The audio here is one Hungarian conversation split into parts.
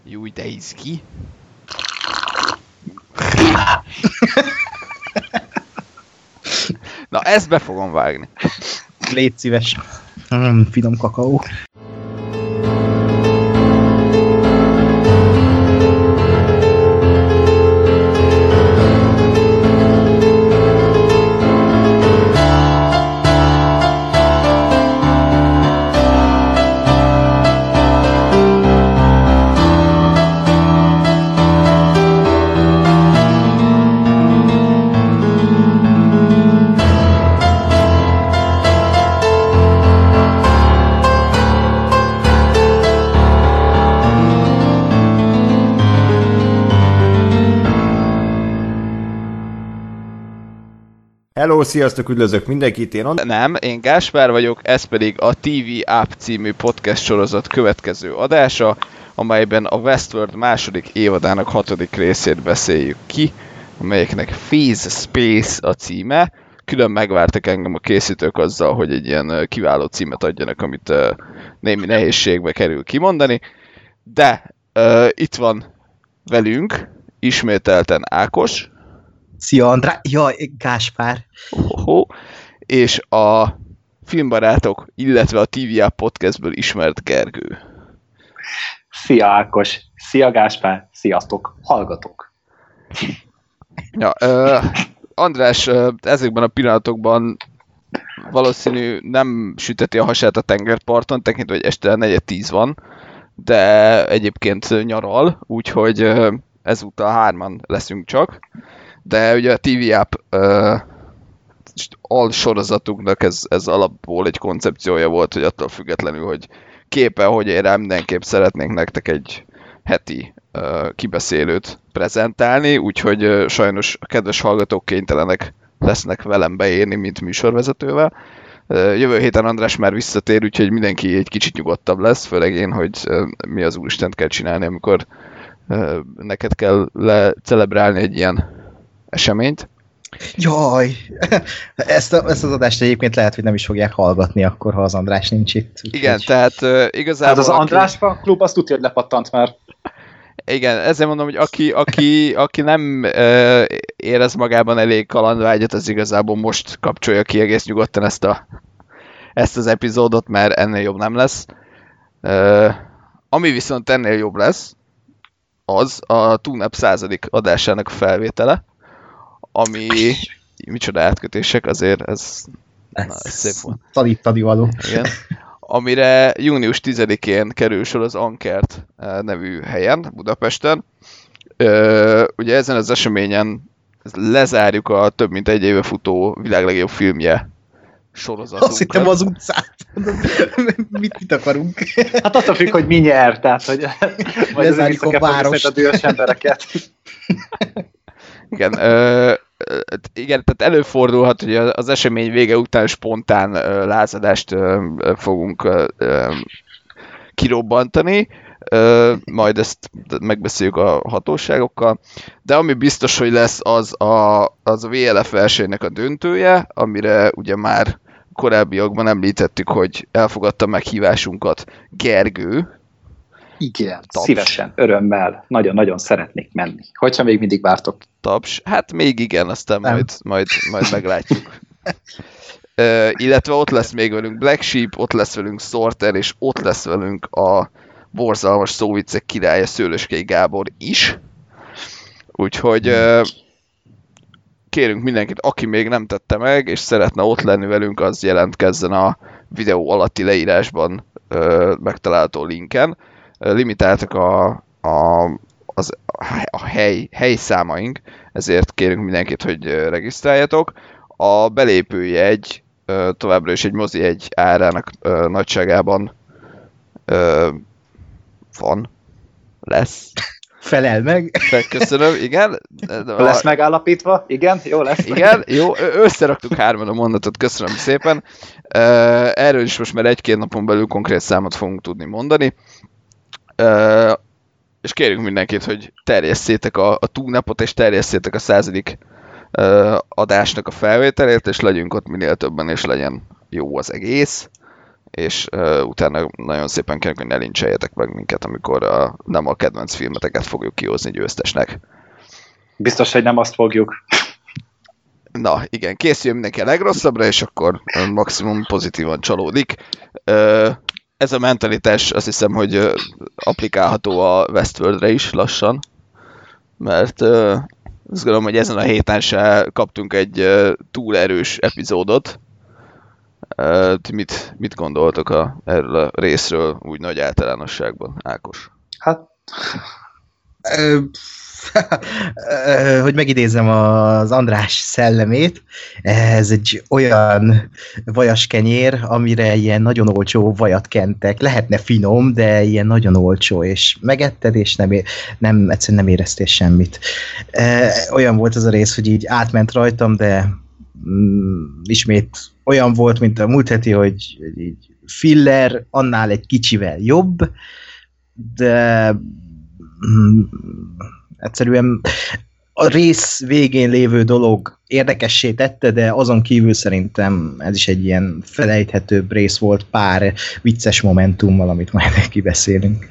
Júj, de izgi. Na, ezt be fogom vágni. Légy szíves. Finom kakaó. Hello, sziasztok, üdvözlök mindenkit, én Gáspár vagyok, ez pedig a TV App című podcast sorozat következő adása, amelyben a Westworld második évadának 6. részét beszéljük ki, amelyeknek Phase Space a címe. Külön megvártak engem a készítők azzal, hogy egy ilyen kiváló címet adjanak, amit némi nehézségbe kerül kimondani, de itt van velünk ismételten Ákos. Szia, Andrá! Jaj, Gáspár! És a filmbarátok, illetve a TV App podcastből ismert Gergő. Szia Ákos! Szia Gáspár! Sziasztok! Hallgatok! Ja, András ezekben a pillanatokban valószínű nem süteti a hasát a tengerparton, tekintve, hogy este 4:10 van, de egyébként nyaral, úgyhogy ezúttal 3-an leszünk csak. De ugye a TV App alsorozatunknak ez alapból egy koncepciója volt, hogy attól függetlenül, hogy képen, hogy én mindenképp szeretnénk nektek egy heti kibeszélőt prezentálni, úgyhogy sajnos a kedves hallgatók kénytelenek lesznek velem beérni, mint műsorvezetővel. Jövő héten András már visszatér, úgyhogy mindenki egy kicsit nyugodtabb lesz, főleg én, hogy mi az úristent kell csinálni, amikor neked kell lecelebrálni egy ilyen eseményt. Jaj! Ezt az adást egyébként lehet, hogy nem is fogják hallgatni akkor, ha az András nincs itt. Igen, tehát igazából... Hát az András klub, azt tudja, hogy lepattant már. Igen, ezért mondom, hogy aki nem érez magában elég kalandvágyat, az igazából most kapcsolja ki egész nyugodtan ezt az epizódot, mert ennél jobb nem lesz. Ami viszont ennél jobb lesz, az a TUNAP 100. adásának a felvétele, ami micsoda átkötések, azért ez szép volt. Tadi-való. Igen. Amire június 10-én kerül sor az Ankert nevű helyen, Budapesten. Ugye ezen az eseményen lezárjuk a több mint egy éve futó világ legjobb filmje sorozatunkat. Azt hittem az utcát. Mit akarunk? Hát attól függ, hogy mi nyer, tehát hogy majd lezárjuk a várost. A dühös embereket. Igen, igen, tehát előfordulhat, hogy az esemény vége után spontán lázadást fogunk kirobbantani, majd ezt megbeszéljük a hatóságokkal, de ami biztos, hogy lesz, az a VLF versenynek a döntője, amire ugye már korábbiakban említettük, hogy elfogadta meghívásunkat Gergő. Igen, szívesen, örömmel, nagyon-nagyon szeretnék menni. Hogyha még mindig vártok. Taps, hát még igen, aztán majd meglátjuk. Illetve ott lesz még velünk Black Sheep, ott lesz velünk Sorter, és ott lesz velünk a borzalmas szóviccek királya Szőlőskei Gábor is. Úgyhogy kérünk mindenkit, aki még nem tette meg, és szeretne ott lenni velünk, az jelentkezzen videó alatti leírásban megtalálható linken. Limitáltak a helyszámaink, ezért kérünk mindenkit, hogy regisztráljatok. A belépőjegy továbbra is egy mozijegy árának nagyságában lesz. Felel meg. Köszönöm, igen. Lesz megállapítva, igen, jó lesz. Igen, jó, összeraktuk 3-an a mondatot, köszönöm szépen. Erről is most már 1-2 napon belül konkrét számot fogunk tudni mondani. És kérünk mindenkit, hogy terjesszétek a TUNAPot, és terjesszétek a 100. adásnak a felvételét, és legyünk ott minél többen, és legyen jó az egész. és utána nagyon szépen kérünk, hogy ne lincseljetek meg minket, amikor nem a kedvenc filmeteket fogjuk kihozni győztesnek. Biztos, hogy nem azt fogjuk. Na, igen, készüljön mindenki a legrosszabbra, és akkor maximum pozitívan csalódik. Ez a mentalitás azt hiszem, hogy applikálható a Westworldre is lassan, mert azt gondolom, hogy ezen a héten se kaptunk egy túl erős epizódot. Ti mit gondoltok erről a részről úgy nagy általánosságban, Ákos? Hát... hogy megidézzem az András szellemét, ez egy olyan vajaskenyér, amire ilyen nagyon olcsó vajat kentek. Lehetne finom, de ilyen nagyon olcsó, és megetted, és egyszerűen nem éreztél semmit. Olyan volt az a rész, hogy így átment rajtam, de ismét olyan volt, mint a múlt heti, hogy így filler, annál egy kicsivel jobb, de egyszerűen a rész végén lévő dolog érdekessé tette, de azon kívül szerintem ez is egy ilyen felejthetőbb rész volt pár vicces momentummal, amit majd kibeszélünk.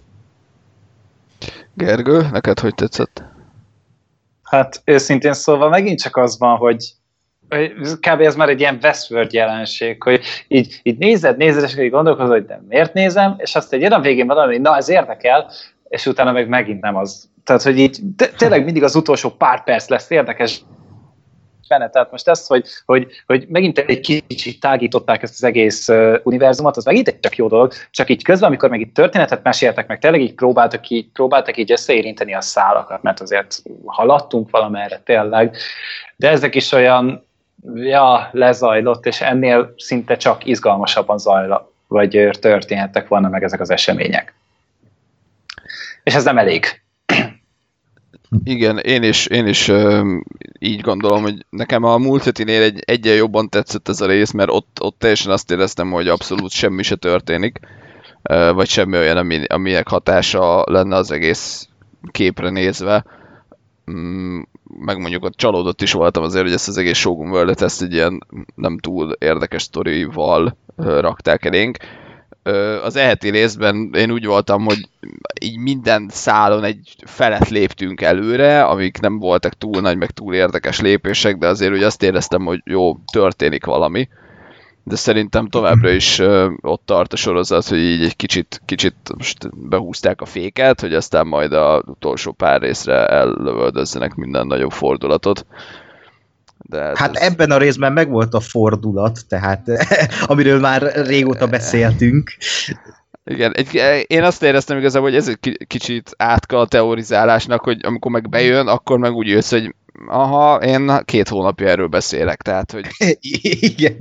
Gergő, neked hogy tetszett? Hát őszintén szólva megint csak az van, hogy kb. Ez már egy ilyen Westworld jelenség, hogy így nézed, és így gondolkozol, hogy de miért nézem, és azt egy olyan végén valami, hogy na ez érdekel, és utána meg megint nem az. Tehát, hogy így tényleg mindig az utolsó pár perc lesz érdekes benne. Tehát most ez, hogy megint egy kicsit tágították ezt az egész univerzumot, az megint egy csak jó dolog, csak így közben, amikor meg itt történetet meséltek, meg tényleg így próbáltak így összeérinteni a szálakat, mert azért haladtunk valamerre tényleg, de ezek is olyan, lezajlott, és ennél szinte csak izgalmasabban vagy történhettek volna meg ezek az események. És ez nem elég. Igen, én is így gondolom, hogy nekem a múlt hetinél egyen jobban tetszett ez a rész, mert ott teljesen azt éreztem, hogy abszolút semmi se történik, vagy semmi olyan, aminek hatása lenne az egész képre nézve. Meg mondjuk ott csalódott is voltam azért, hogy ezt az egész Shogun World-et ezt egy ilyen nem túl érdekes sztorival rakták elénk. Az eheti részben én úgy voltam, hogy így minden szálon egy felet léptünk előre, amik nem voltak túl nagy, meg túl érdekes lépések, de azért úgy azt éreztem, hogy jó, történik valami. De szerintem továbbra is ott tart a sorozat, hogy így egy kicsit most behúzták a féket, hogy aztán majd az utolsó pár részre ellövöldözzenek minden nagyobb fordulatot. De hát ebben a részben megvolt a fordulat, tehát amiről már régóta beszéltünk. Igen, én azt éreztem igazából, hogy ez egy kicsit átka a teorizálásnak, hogy amikor meg bejön, akkor meg úgy jössz, hogy aha, én 2 hónapja erről beszélek, tehát hogy igen.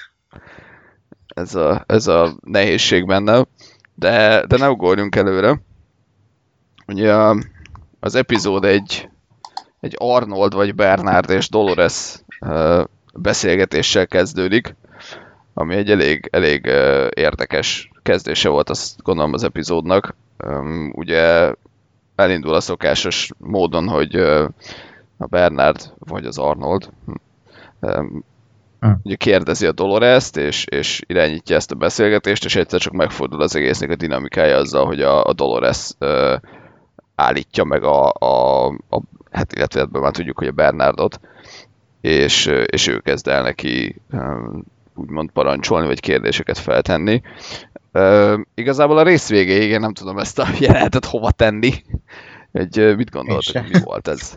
Ez a nehézség benne, de ne ugorjunk előre. Ugye az epizód egy Arnold vagy Bernard és Dolores beszélgetéssel kezdődik, ami egy elég érdekes kezdése volt, azt gondolom az epizódnak. Ugye elindul a szokásos módon, hogy a Bernard vagy az Arnold ugye kérdezi a Dolores-t, és irányítja ezt a beszélgetést, és egyszer csak megfordul az egésznek a dinamikája azzal, hogy a Dolores állítja meg hát illetve ebből már tudjuk, hogy a Bernardot, és ő kezd el neki úgymond parancsolni, vagy kérdéseket feltenni. Igazából a rész végéig én nem tudom ezt a jelenetet hova tenni. Mit gondoltok, mi volt ez?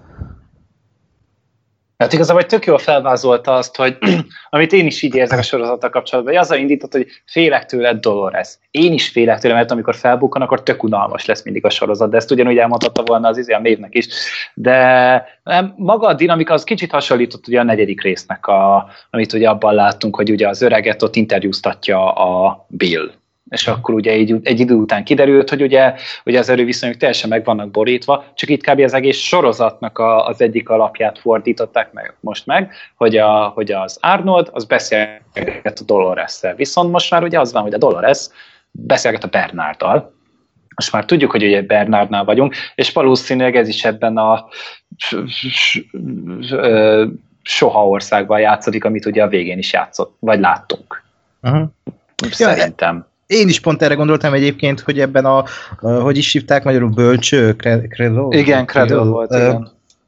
Hát igazából tök jól felvázolta azt, hogy amit én is így érzek a sorozattal kapcsolatban, hogy azzal indított, hogy félek tőle Dolores. Én is félek tőle, mert amikor felbukkan, akkor tök unalmas lesz mindig a sorozat, de ezt ugyanúgy elmondhatta volna az a Maeve-nek is. De maga a dinamika az kicsit hasonlított ugye a 4. résznek, amit ugye abban láttunk, hogy ugye az öreget ott interjúztatja a Bill. És akkor ugye egy idő után kiderült, hogy ugye az erőviszonyok teljesen meg vannak borítva, csak itt kb. Az egész sorozatnak az egyik alapját fordították meg, hogy az Arnold az beszélget a Dolores-szel. Viszont most már ugye az van, hogy a Dolores beszélget a Bernarddal. Most már tudjuk, hogy ugye Bernardnál vagyunk, és valószínűleg ez is ebben a Soha országban játszódik, amit ugye a végén is játszott, vagy láttunk. Uh-huh. Szerintem. Én is pont erre gondoltam egyébként, hogy ebben hogy is hívták magyarul, bölcső? Credo? Igen, Credo volt, igen.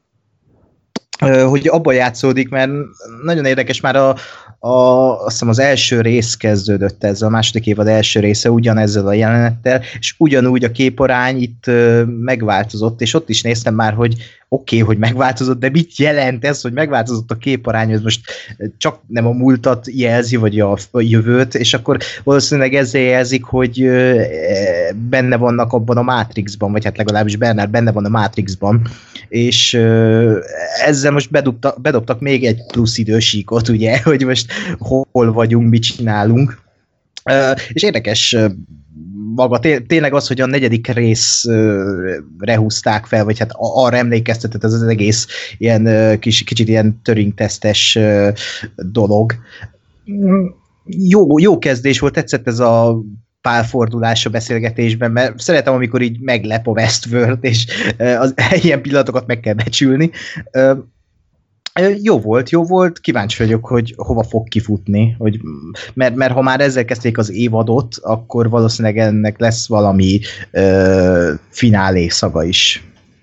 Hogy abban játszódik, mert nagyon érdekes, már azt hiszem az első rész kezdődött ezzel, a második évad első része ugyanezzel a jelenettel, és ugyanúgy a képarány itt megváltozott, és ott is néztem már, hogy oké, hogy megváltozott, de mit jelent ez, hogy megváltozott a képarány, ez most csak nem a múltat jelzi, vagy a jövőt, és akkor valószínűleg ezzel jelzik, hogy benne vannak abban a Matrixban, vagy hát legalábbis Bernard benne van a Matrixban, és ezzel most bedobtak még egy plusz idősíkot, ugye, hogy most hol vagyunk, mit csinálunk. És érdekes maga, tényleg az, hogy a negyedik részre húzták fel, vagy hát arra emlékeztetett ez az egész ilyen kicsit ilyen Turing-tesztes dolog. Jó kezdés volt, tetszett ez a pálfordulás a beszélgetésben, mert szeretem, amikor így meglep a Westworld, és az ilyen pillanatokat meg kell becsülni. Jó volt, kíváncsi vagyok, hogy hova fog kifutni, mert ha már ezzel kezdték az évadot, akkor valószínűleg ennek lesz valami finálé szaga is.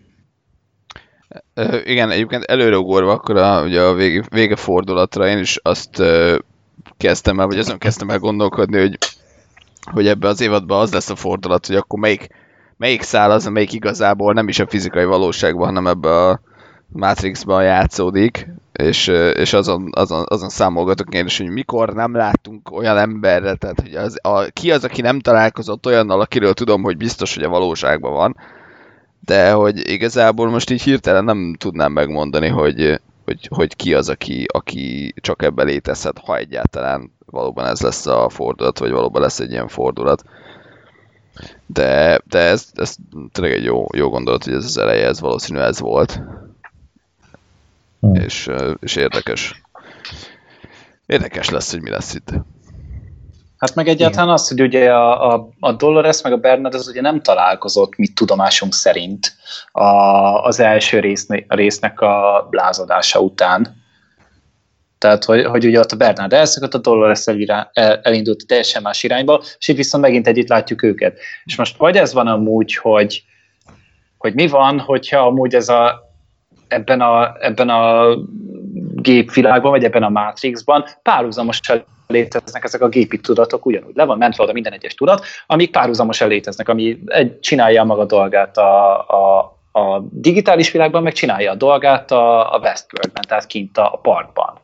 Igen, egyébként előreugorva akkor ugye a vége fordulatra én is azt kezdtem el, vagy azon kezdtem el gondolkodni, hogy ebbe az évadban az lesz a fordulat, hogy akkor melyik szál az, amelyik igazából nem is a fizikai valóságban, hanem ebbe a Matrixban játszódik, és azon számolgatok én is, hogy mikor nem láttunk olyan emberre, tehát hogy ki az, aki nem találkozott olyannal, akiről tudom, hogy biztos, hogy a valóságban van, de hogy igazából most így hirtelen nem tudnám megmondani, hogy ki az, aki csak ebbe létezhet, ha egyáltalán valóban ez lesz a fordulat, vagy valóban lesz egy ilyen fordulat. De ez tényleg egy jó gondolat, hogy ez az eleje, ez valószínűleg ez volt. És érdekes. Érdekes lesz, hogy mi lesz itt. Hát meg egyáltalán az, hogy ugye a Dolores meg a Bernard az ugye nem találkozott, mit tudomásunk szerint az első résznek a lázadása után. Tehát, hogy ugye ott a Bernard elszakadt, a Dolores elindult teljesen más irányba, és itt viszont megint együtt látjuk őket. És most vagy ez van amúgy, hogy mi van, hogyha amúgy ez ebben a gépvilágban, vagy ebben a Matrixban párhuzamosan léteznek ezek a gépi tudatok, ugyanúgy le van mentve oda minden egyes tudat, amik párhuzamosan léteznek, ami csinálja maga dolgát a digitális világban, meg csinálja a dolgát a Westworldben, tehát kint a parkban.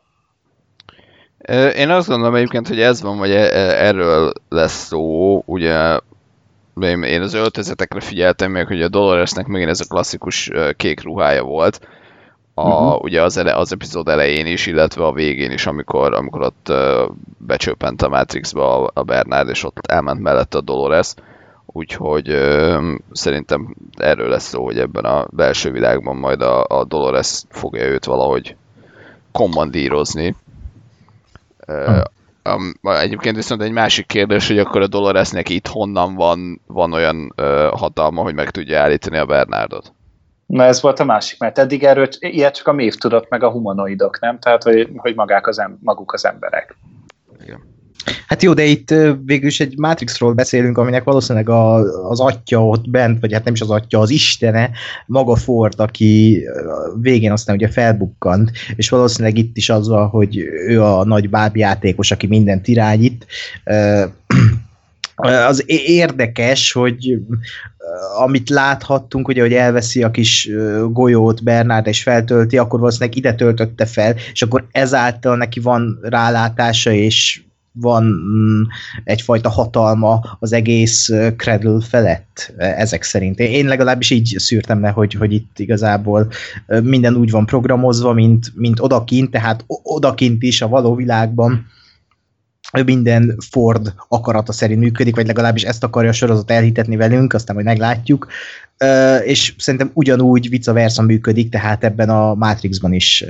Én azt gondolom egyébként, hogy ez van, vagy erről lesz szó, ugye én az öltözetekre figyeltem meg, hogy a Doloresnek megint ez a klasszikus kék ruhája volt, ugye az epizód elején is, illetve a végén is, amikor ott becsöppent a Matrixba a Bernard, és ott elment mellette a Dolores, úgyhogy szerintem erről lesz szó, hogy ebben a belső világban majd a Dolores fogja őt valahogy kommandírozni. Egyébként viszont egy másik kérdés, hogy akkor a Doloresnek itt honnan van olyan hatalma, hogy meg tudja állítani a Bernardot? Na ez volt a másik, mert eddig erről ilyet csak a Maeve tudott, meg a humanoidok, nem? Tehát, hogy maguk az emberek. Igen. Hát jó, de itt végül is egy Matrixról beszélünk, aminek valószínűleg az atya ott bent, vagy hát nem is az atya, az istene, maga Ford, aki végén aztán ugye felbukkant, és valószínűleg itt is az van, hogy ő a nagy bábjátékos, aki mindent irányít. Az érdekes, hogy amit láthattunk, ugye, hogy elveszi a kis golyót Bernard és feltölti, akkor valószínűleg ide töltötte fel, és akkor ezáltal neki van rálátása, és van egyfajta hatalma az egész Cradle felett, ezek szerint. Én legalábbis így szűrtem le, hogy itt igazából minden úgy van programozva, mint odakint, tehát odakint is a való világban minden Ford akarata szerint működik, vagy legalábbis ezt akarja a sorozat elhitetni velünk, aztán majd meglátjuk, és szerintem ugyanúgy vice versa működik, tehát ebben a Matrixban is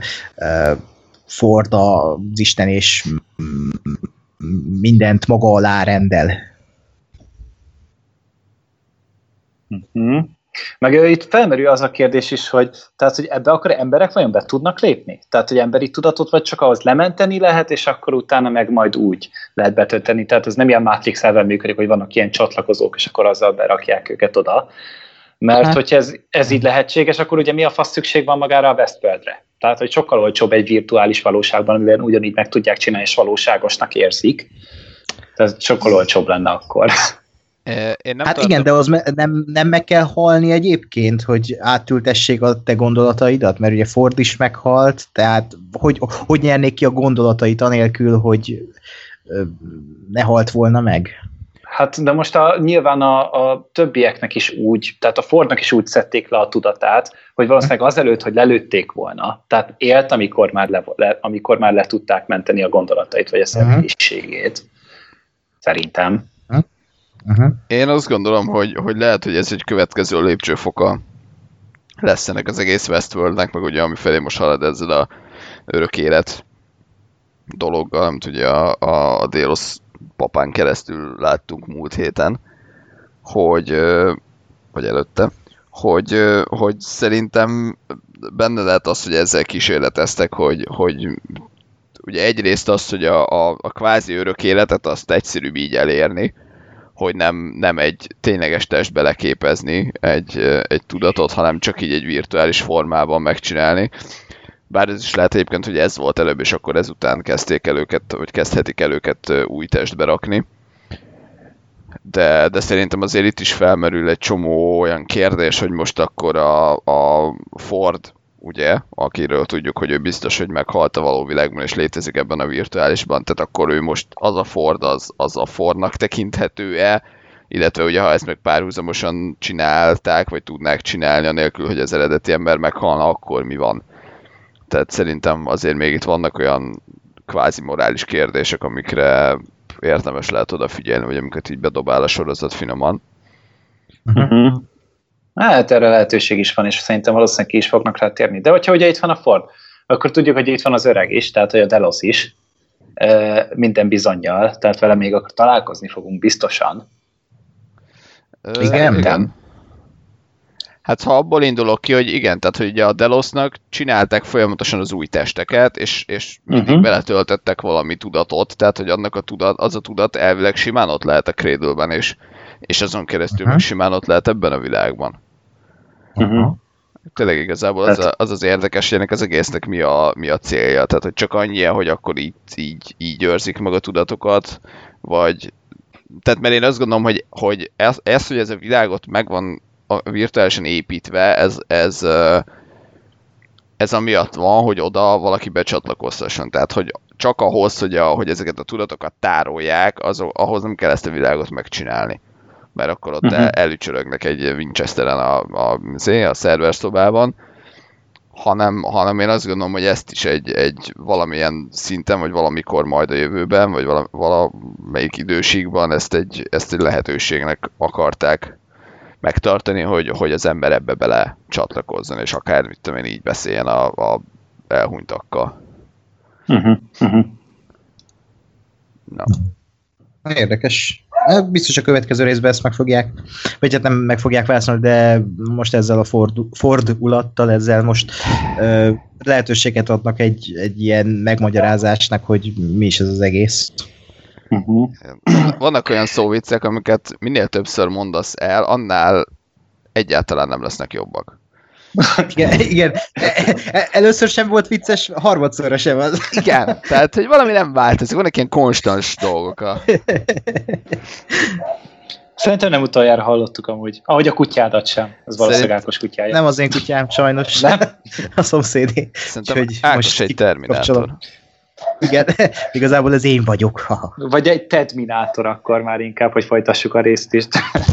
Ford az Isten és mindent maga alá rendel. Uh-huh. Meg itt felmerül az a kérdés is, hogy ebbe akkor emberek vajon be tudnak lépni? Tehát, hogy emberi tudatot vagy csak ahhoz lementeni lehet, és akkor utána meg majd úgy lehet betölteni. Tehát ez nem ilyen Matrix elven működik, hogy vannak ilyen csatlakozók, és akkor azzal berakják őket oda. Mert hogyha ez így lehetséges, akkor ugye mi a fasz szükség van magára a Westworldre? Tehát, hogy sokkal olcsóbb egy virtuális valóságban, amivel ugyanígy meg tudják csinálni, és valóságosnak érzik. Tehát sokkal olcsóbb lenne akkor. Én nem igen, de az nem meg kell halni egyébként, hogy átültessék a te gondolataidat, mert ugye Ford is meghalt, tehát hogy nyernék ki a gondolatait anélkül, hogy ne halt volna meg? Hát, de most nyilván a többieknek is úgy, tehát a Fordnak is úgy szedték le a tudatát, hogy valószínűleg azelőtt, hogy lelőtték volna, tehát élt, amikor már le tudták menteni a gondolatait, vagy a személyiségét. Szerintem. Én azt gondolom, hogy lehet, hogy ez egy következő lépcsőfoka lesz ennek az egész Westworldnek, meg ugye amifelé most halad ezzel a örök élet dologgal, amit ugye a Delos papán keresztül láttunk múlt héten, vagy előtte, hogy szerintem benne lehet az, hogy ezzel kísérleteztek, hogy ugye egyrészt az, hogy a kvázi örök életet azt egyszerűbb így elérni, hogy nem egy tényleges testbe leképezni egy tudatot, hanem csak így egy virtuális formában megcsinálni. Bár ez is lehet egyébként, hogy ez volt előbb, és akkor ezután kezdték el őket, vagy kezdhetik el őket új testbe rakni. De szerintem azért itt is felmerül egy csomó olyan kérdés, hogy most akkor a Ford, ugye, akiről tudjuk, hogy ő biztos, hogy meghalt a való világban, és létezik ebben a virtuálisban, tehát akkor ő most az a Ford, az a Fordnak tekinthető-e, illetve ugye ha ezt meg párhuzamosan csinálták, vagy tudnák csinálni, anélkül, hogy az eredeti ember meghalna, akkor mi van? Tehát szerintem azért még itt vannak olyan kvázi morális kérdések, amikre érdemes lehet odafigyelni, vagy amiket így bedobál a sorozat finoman. Hát erre lehetőség is van, és szerintem valószínűleg ki is fognak rá térni. De hogyha ugye itt van a Ford, akkor tudjuk, hogy itt van az öreg is, tehát hogy a Delos is, minden bizonnyal, tehát vele még akkor találkozni fogunk biztosan. Igen. Hát ha abból indulok ki, hogy igen, tehát hogy ugye a Delosnak csinálták folyamatosan az új testeket, és mindig beletöltöttek valami tudatot, tehát hogy annak az a tudat elvileg simán ott lehet a Cradle-ben, és azon keresztül meg simán ott lehet ebben a világban. Tényleg igazából az érdekes, hogy ennek az egésznek mi a célja, tehát hogy csak annyi, hogy akkor így őrzik meg a tudatokat, vagy... Tehát mert én azt gondolom, hogy ez a világot megvan virtuálisan építve, ez amiatt van, hogy oda valaki becsatlakoztasson. Tehát, hogy csak ahhoz, hogy ezeket a tudatokat tárolják, ahhoz nem kell ezt a világot megcsinálni. Mert akkor ott elücsörögnek egy Winchesteren a szerverszobában, hanem én azt gondolom, hogy ezt is egy valamilyen szinten, vagy valamikor majd a jövőben, vagy valamelyik időségben ezt egy lehetőségnek akarták megtartani, hogy az ember ebbe bele csatlakozzon, és akár, mit tudom én, így beszéljen a elhunytakkal. Na. Érdekes. Biztos a következő részben ezt meg fogják, vagy hát nem meg fogják válaszolni, de most ezzel a fordulattal, ezzel most lehetőséget adnak egy ilyen megmagyarázásnak, hogy mi is ez az egész. Vannak olyan szóviccek, amiket minél többször mondasz el, annál egyáltalán nem lesznek jobbak. Igen. Először sem volt vicces, harmadszorra sem az. Igen, tehát, hogy valami nem változik, vannak ilyen konstans dolgok. Szerintem nem utoljára hallottuk amúgy. Ahogy a kutyádat sem. Ez valószínűleg Ákos kutyája. Nem az én kutyám, sajnos. Nem? A szomszédé. Szerintem Ákos egy terminátor. Igen, igazából ez én vagyok. Vagy egy Tedminátor akkor már inkább, hogy folytassuk a részt is.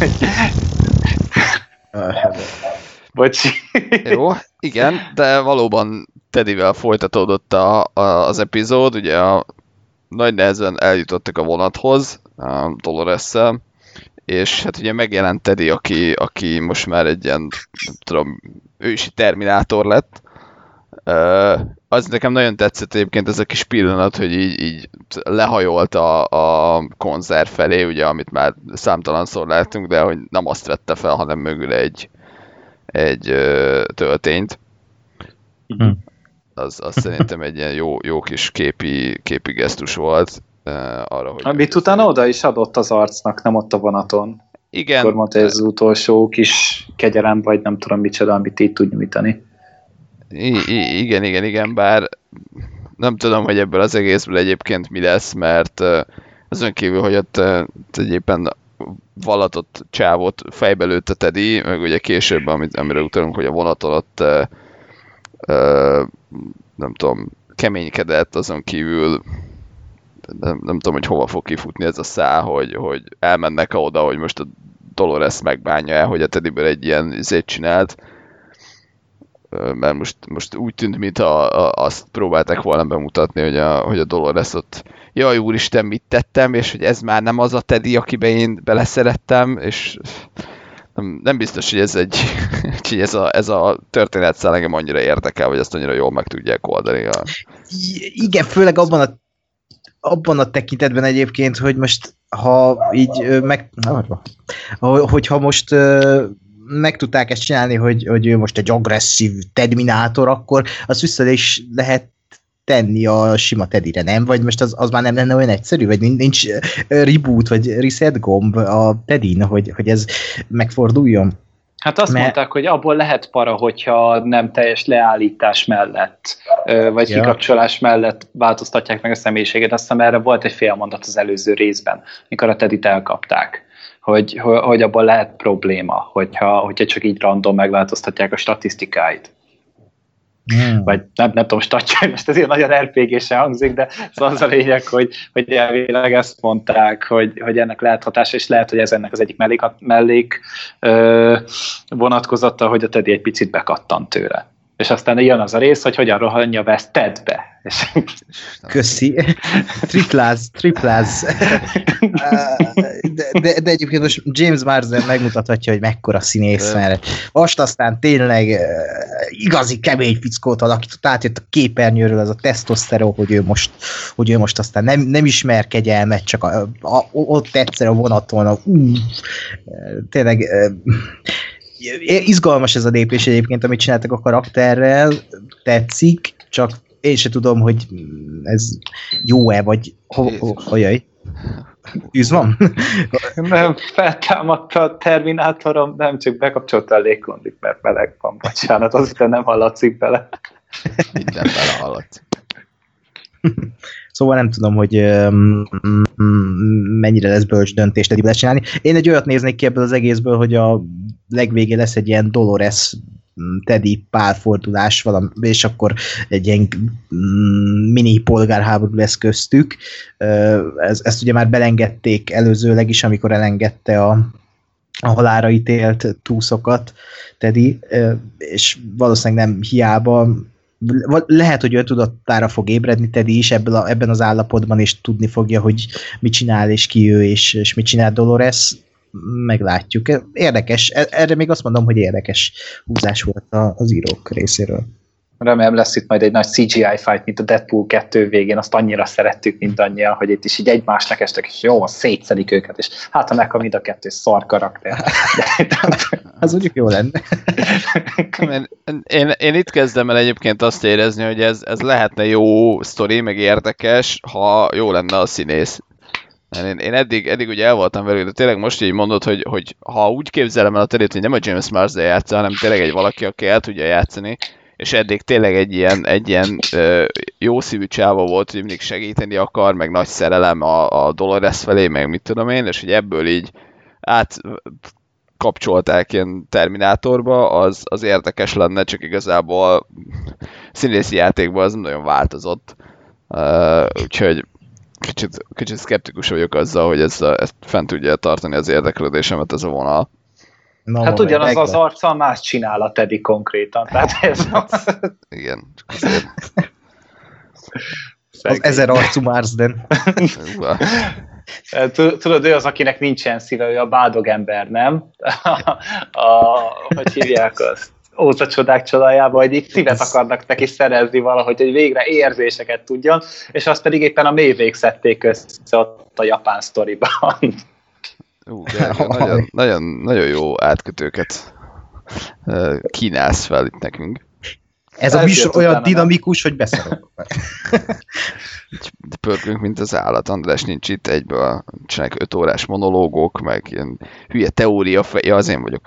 Bocsi. Jó, igen, de valóban Teddyvel folytatódott az epizód, ugye nagy nehezen eljutottak a vonathoz, a Dolores-szel, és hát ugye megjelent Teddy, aki most már egy ilyen, tudom, ősi terminátor lett. Az nekem nagyon tetszett egyébként ez a kis pillanat, hogy így lehajolt a konzerv felé, ugye, amit már számtalanszor láttunk, de hogy nem azt vette fel, hanem mögül töltényt. Hm. Az szerintem egy ilyen jó kis képi gesztus volt. Arra, hogy amit utána oda is adott az arcnak, nem ott a vonaton. igen. Akkor mondta, hogy ez az utolsó kis kegyelem, vagy nem tudom micsoda, amit így tud nyújtani. Igen, bár nem tudom, hogy ebből az egészből egyébként mi lesz, mert azon kívül, hogy ott egyébként vallatott csávot fejbe lőtte Teddy, meg ugye később, amire utalunk, hogy a vonaton ott nem tudom, keménykedett, azon kívül nem tudom, hogy hova fog kifutni ez a szál, hogy elmennek oda, hogy most a Dolores megbánja el, hogy a Teddyből egy ilyen izét csinált, mert most úgy tűnt, mintha azt próbálták volna bemutatni, hogy a Dolores ott jaj úristen, mit tettem, és hogy ez már nem az a Teddy, akiben én beleszerettem, és nem biztos, hogy ez a történetszál engem annyira érdekel, vagy ezt annyira jól meg tudják oldani. Igen, főleg abban a tekintetben egyébként, hogy most ha így hogyha most meg tudták ezt csinálni, hogy ő most egy agresszív terminátor, akkor azt vissza is lehet tenni a sima Teddyre, nem? Vagy most az már nem lenne olyan egyszerű? Vagy nincs reboot, vagy reset gomb a Teddyn, hogy ez megforduljon? Hát azt mondták, hogy abból lehet para, hogyha nem teljes leállítás mellett, vagy kikapcsolás mellett változtatják meg a személyiséget. Aztán erre volt egy fél mondat az előző részben, mikor a Teddyt elkapták, hogy abban lehet probléma, hogyha csak így random megváltoztatják a statisztikáit. Vagy nem tudom, statja, most ez ilyen nagyon RPG-sen hangzik, de szóval az a lényeg, hogy elvileg ezt mondták, hogy ennek lehet hatása, és lehet, hogy ez ennek az egyik mellék vonatkozata, hogy a Teddy egy picit bekattant tőle. És aztán jön az a rész, hogy hogyan rohanja vesz Tedbe. Köszi. Tripláz. De egyébként most James Marsden megmutathatja, hogy mekkora színész, mert most aztán tényleg igazi kemény fickót alakított, átjött a képernyőről az a tesztoszteron, hogy ő most aztán nem ismer kegyelmet, csak ott egyszer a vonaton, tényleg izgalmas ez a lépés egyébként, amit csináltak a karakterrel, tetszik, csak én se tudom, hogy ez jó-e, vagy hajaj. Tűz van? Nem, feltámadta a Terminátorom, nem csak bekapcsolta a légkondit, mert meleg van, bocsánat, azután nem hallatszik bele. Minden bele hallatszik. Szóval nem tudom, hogy mennyire lesz bölcs döntést Teddybe csinálni. Én egy olyat néznék ki ebből az egészből, hogy a legvégén lesz egy ilyen Dolores Teddy pálfordulás valami, és akkor egy ilyen mini polgárháború lesz köztük. Ezt ugye már belengedték előzőleg is, amikor elengedte a halálra ítélt túszokat Teddy, és valószínűleg nem hiába. Lehet, hogy öntudatára fog ébredni Teddy is ebben az állapotban, és tudni fogja, hogy mit csinál, és ki ő, és mit csinál Dolores. Meglátjuk. Érdekes. Erre még azt mondom, hogy érdekes húzás volt az írók részéről. Remélem lesz itt majd egy nagy CGI fight, mint a Deadpool 2 végén, azt annyira szerettük mindannyian, hogy itt is így egymásnak estek, és jó, szétszedik őket, és hát ha megkap mind a kettő szar karakter. Az mondjuk jó lenne. Én itt kezdem el egyébként azt érezni, hogy ez lehetne jó sztori, meg érdekes, ha jó lenne a színész. Én eddig ugye el voltam velük, de tényleg most így mondod, hogy ha úgy képzelem el a Teddyt, hogy nem a James Marsden játsza, hanem tényleg egy valaki, aki el tudja játszani, és eddig tényleg egy ilyen jó szívű csáva volt, hogy mindig segíteni akar, meg nagy szerelem a Dolores felé, meg mit tudom én, és hogy ebből így átkapcsolták ilyen Terminátorba, az érdekes lenne, csak igazából színészi játékban az nem nagyon változott. Úgyhogy kicsit szkeptikus vagyok azzal, hogy ezt fent tudja tartani az érdeklődésemet ez a vonal. No, hát ugyanaz az arccal más csinál a Teddy konkrétan. Tehát ez az... Igen. Azért. Az 1000 arcú Marsden. Tudod, ő az, akinek nincsen szíve, ő a bádog ember, nem? Hogy hívják azt? Óz a csodák csodájába, hogy így szívet akarnak neki szerezni valahogy, hogy végre érzéseket tudjon, és azt pedig éppen a mélyvég szedték össze ott a japán sztoriban. Nagyon jó átkötőket kínálsz fel itt nekünk. Ez a műsor olyan dinamikus, hogy beszarok. Pörgünk, mint az állat. András nincs itt, egyből csinálják 5 órás monológok, meg ilyen hülye teória, ja, az én vagyok.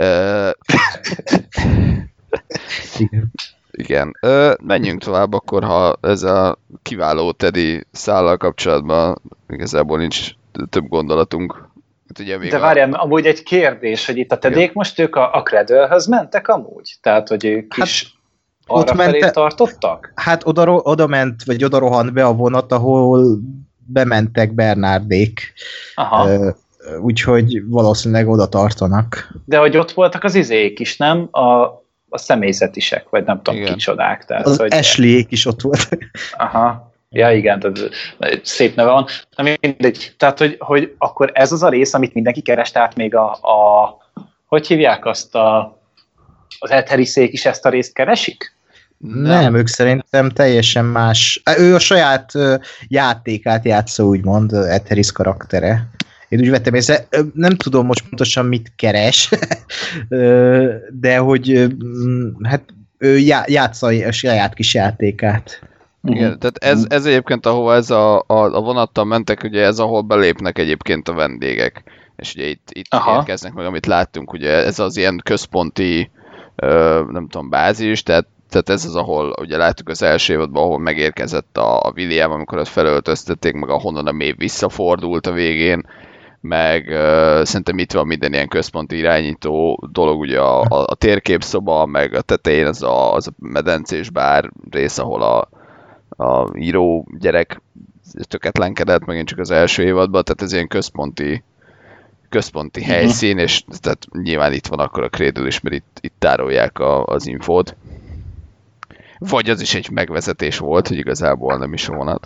Igen. Menjünk tovább akkor, ha ez a kiváló Teddy szállal kapcsolatban igazából nincs több gondolatunk. Hát ugye még de várjál, amúgy egy kérdés, hogy itt a Tedék most ők a Cradle-höz mentek amúgy? Tehát, hogy ők is arra felé tartottak? Hát oda ment, vagy oda rohant be a vonat, ahol bementek Bernardék. Aha. Úgyhogy valószínűleg oda tartanak. De hogy ott voltak az izék is, nem? A személyzetisek, vagy nem tudom kicsodák. Tehát, az hogy... Ashley-ék is ott voltak. Aha. Ja, igen, tehát szép neve van. Na mindegy. Tehát, hogy akkor ez az a rész, amit mindenki keres, tehát még hogy hívják azt az Etheresék is ezt a részt keresik? Nem, ők szerintem teljesen más. Ő a saját játékát játszó, úgymond, Etheris karaktere. Én úgy vettem észre, nem tudom most pontosan mit keres, de hogy hát ő játsza a saját kis játékát. Igen, tehát ez egyébként, ahova ez a vonattal mentek, ugye ez ahol belépnek egyébként a vendégek. És ugye itt érkeznek meg, amit láttunk, ugye ez az ilyen központi, nem tudom, bázis, tehát ez az, ahol ugye láttuk az első évadban, ahol megérkezett a William, amikor ott felöltöztették, meg ahonnan a mév visszafordult a végén, meg szerintem itt van minden ilyen központi irányító dolog, ugye a térképszoba, meg a tetején az a medencés bár rész, ahol a író gyerek töketlenkedett megint csak az első évadban, tehát ez ilyen központi helyszín, és tehát nyilván itt van akkor a Cradle is, mert itt tárolják az infót. Vagy az is egy megvezetés volt, hogy igazából nem is vonat.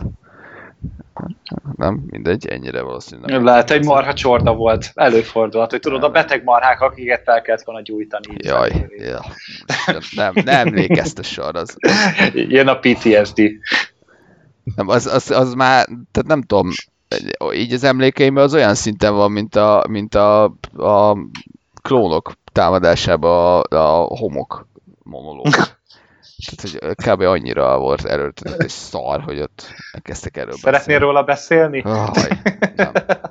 Nem, mindegy, ennyire valószínűleg. Nem. Lehet, egy marha csorda volt, előfordulhat, hogy tudod, a beteg marhák, akiket fel kellett volna gyújtani. Jaj, ja. Nem emlékeztes arra. Jön a PTSD. Nem, az már, tehát nem tudom, így az emlékeimben az olyan szinten van, mint a klónok támadásában a homok monológ. Tehát, hogy kb. Annyira volt erőltetett és szar, hogy ott elkezdtek erről beszélni. Szeretnél róla beszélni? Nem.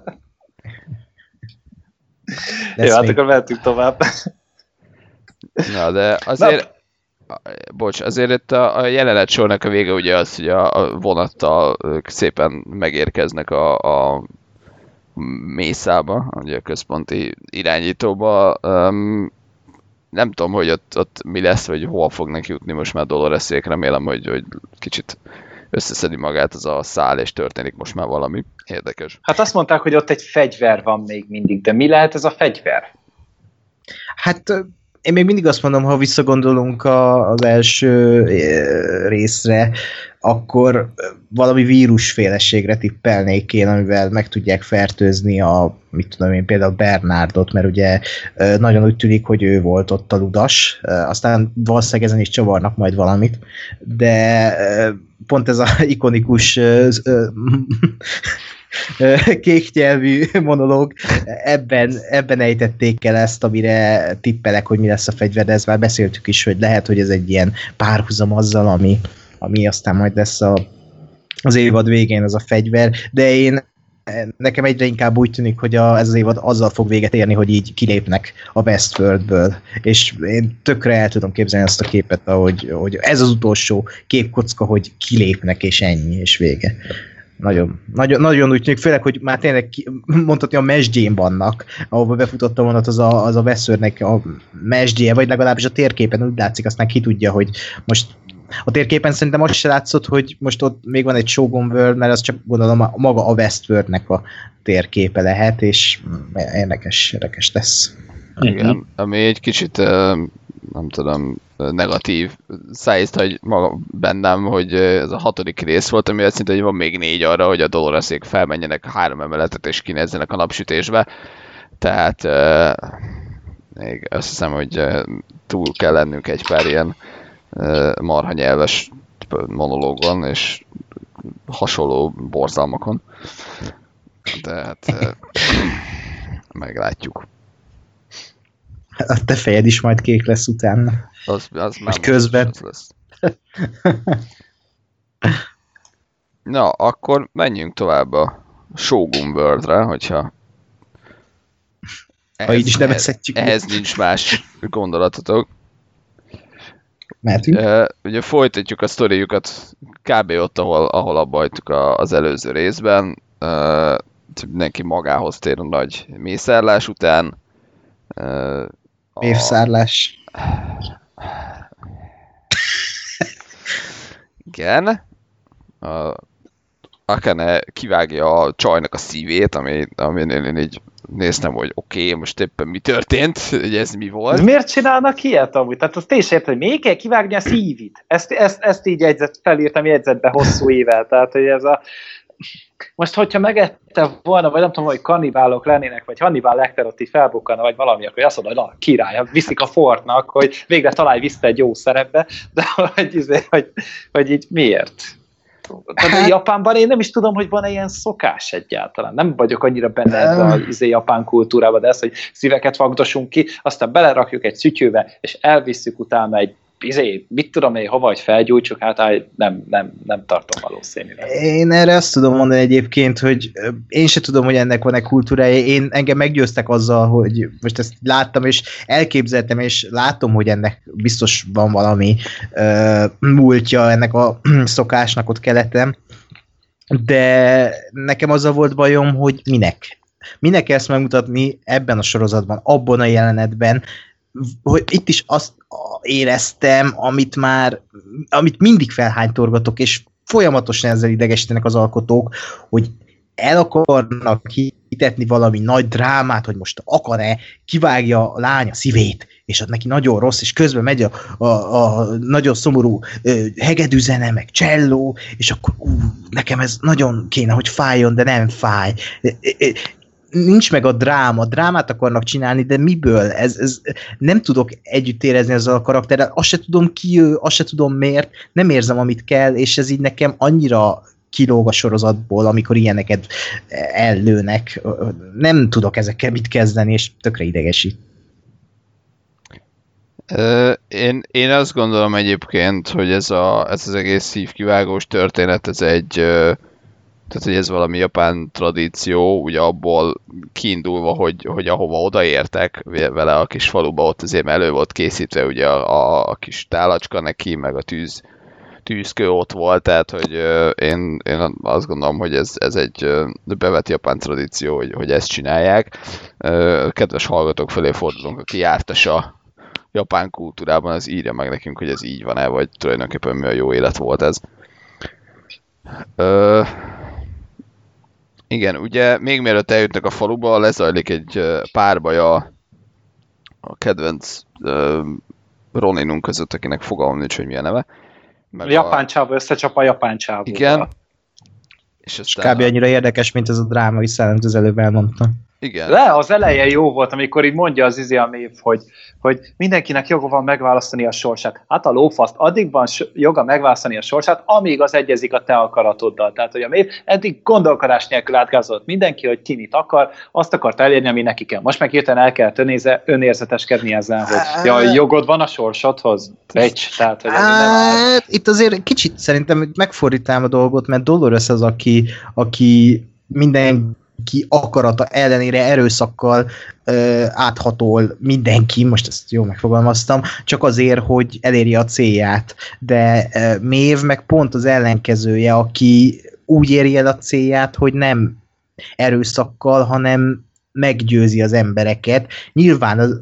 Jó, hát akkor mehetünk tovább. Na, de azért... Bocs, azért itt a jelenet sornak a vége ugye az, hogy a vonattal ők szépen megérkeznek a mészába, ugye a központi irányítóba. Nem tudom, hogy ott mi lesz, vagy hova fognak jutni most már Doloreszék, remélem, hogy kicsit összeszedi magát az a szál, és történik most már valami érdekes. Hát azt mondták, hogy ott egy fegyver van még mindig, de mi lehet ez a fegyver? Hát én még mindig azt mondom, ha visszagondolunk az első részre, akkor valami vírusféleségre tippelnék én, amivel meg tudják fertőzni mit tudom én, például Bernardot, mert ugye nagyon úgy tűnik, hogy ő volt ott a ludas, aztán valószínűleg ezen is csavarnak majd valamit, de pont ez a ikonikus kéknyelvű monológ, ebben ejtették el ezt, amire tippelek, hogy mi lesz a fegyver, de ezt már beszéltük is, hogy lehet, hogy ez egy ilyen párhuzam azzal, ami aztán majd lesz az évad végén az a fegyver, de nekem egyre inkább úgy tűnik, hogy ez az évad azzal fog véget érni, hogy így kilépnek a Westworldből, és én tökre el tudom képzelni azt a képet, hogy ez az utolsó képkocka, hogy kilépnek, és ennyi, és vége. Nagyon úgy tűnik, főleg, hogy már tényleg mondhatni a mesdjén vannak, ahova befutott a vonat, az a Westworldnek a mesdje, vagy legalábbis a térképen úgy látszik, aztán ki tudja, hogy most a térképen szerintem azt se látszott, hogy most ott még van egy Shogun World, mert az csak gondolom maga a Westworldnek a térképe lehet, és érdekes lesz. Igen, ami egy kicsit, nem tudom, negatív szájzt, hogy maga bennem, hogy ez a 6. rész volt, ami azt jelenti, hogy van még 4 arra, hogy a Doloreszék felmenjenek a 3 emeletet és kinézzenek a napsütésbe. Tehát még azt hiszem, hogy túl kell lennünk egy pár ilyen marha nyelves monológon és hasonló borzalmakon. De hát meglátjuk. A te fejed is majd kék lesz utána. Az már közben. az lesz. Na, akkor menjünk tovább a Shogun World-re, hogyha ha így is nevezhetjük. Ehhez nincs más gondolatotok. Mehetünk. Ugye folytatjuk a sztoriukat kb. Ott, ahol abba hagytuk az előző részben. Mindenki magához tér a nagy mészárlás után. Mévszárlás. Igen. Akane kivágja a csajnak a szívét, aminél én így néztem, hogy oké, most éppen mi történt, hogy ez mi volt. Miért csinálnak ilyet amúgy? Tehát azt is értem, hogy még kell kivágni a szívit. Ezt így felírtam jegyzetbe hosszú ével. Tehát, hogy ez a... Most, hogyha megette volna, vagy nem tudom, hogy kannibálok lennének, vagy Hannibal Lecter ott így felbukkanna, vagy valami, akkor azt mondja, hogy na, király, viszik a Fortnak, hogy végre találj vissza egy jó szerepbe, de hogy így miért? Tehát Japánban én nem is tudom, hogy van-e ilyen szokás egyáltalán. Nem vagyok annyira benne ebben az japán kultúrában, de ez, hogy szíveket vagdosunk ki, aztán belerakjuk egy szütyőbe, és elvisszük utána egy mit tudom én, hova, hogy felgyújtsuk, hát nem tartom valószínűleg. Én erre azt tudom mondani egyébként, hogy én se tudom, hogy ennek van-e kultúrája. Engem meggyőztek azzal, hogy most ezt láttam, és elképzeltem, és látom, hogy ennek biztos van valami múltja ennek a szokásnak ott keleten, de nekem azzal volt bajom, hogy minek ezt megmutatni ebben a sorozatban, abban a jelenetben, hogy itt is azt éreztem, amit mindig felhánytorgatok, és folyamatosan ezzel idegesítenek az alkotók, hogy el akarnak hitetni valami nagy drámát, hogy most akar-e, kivágja a lány a szívét, és ott neki nagyon rossz, és közben megy a nagyon szomorú hegedűzene, meg cselló, és akkor nekem ez nagyon kéne, hogy fájjon, de nem fáj. Nincs meg a drámát akarnak csinálni, de miből? Ez nem tudok együtt érezni ezzel a karakterrel, azt se tudom ki ő, azt se tudom miért, nem érzem, amit kell, és ez így nekem annyira kilóg a sorozatból, amikor ilyeneket ellőnek. Nem tudok ezekkel mit kezdeni, és tökre idegesít. Én azt gondolom egyébként, hogy ez az egész szívkivágós történet, tehát, hogy ez valami japán tradíció, ugye abból kiindulva, hogy ahova odaértek vele a kis faluba, ott azért elő volt készítve ugye a kis tálacska neki, meg a tűzkő ott volt, tehát hogy én azt gondolom, hogy ez egy bevett japán tradíció, hogy ezt csinálják. Kedves hallgatók felé fordulunk, aki jártas a japán kultúrában, az írja meg nekünk, hogy ez így van-e, vagy tulajdonképpen mi a jó élet volt ez. Igen, ugye még mielőtt eljutnak a faluba, lezajlik egy párbaj a kedvenc Roninunk között, akinek fogalmam nincs, hogy mi a neve. Meg japán csávó összecsap a japán csávóval. Igen. És kb. Annyira érdekes, mint ez a drámai szellem, az előbb elmondtam. Igen. De az eleje jó volt, amikor így mondja az a Mév, hogy mindenkinek joga van megválasztani a sorsát. Hát a lófaszt, addig van joga megválasztani a sorsát, amíg az egyezik a te akaratoddal. Tehát, hogy a Mév eddig gondolkodás nélkül átgázolt mindenki, hogy ki mit akar, azt akart elérni, ami neki kell. Most meg hirtelen el kell önérzeteskedni ezzel, hogy jogod van a sorsodhoz. Tehát, hogy itt azért kicsit szerintem megfordítám a dolgot, mert Dolores az, aki mindenki akarata ellenére erőszakkal áthatol mindenki, most ezt jól megfogalmaztam, csak azért, hogy elérje a célját. De Maeve meg pont az ellenkezője, aki úgy éri el a célját, hogy nem erőszakkal, hanem meggyőzi az embereket. Nyilván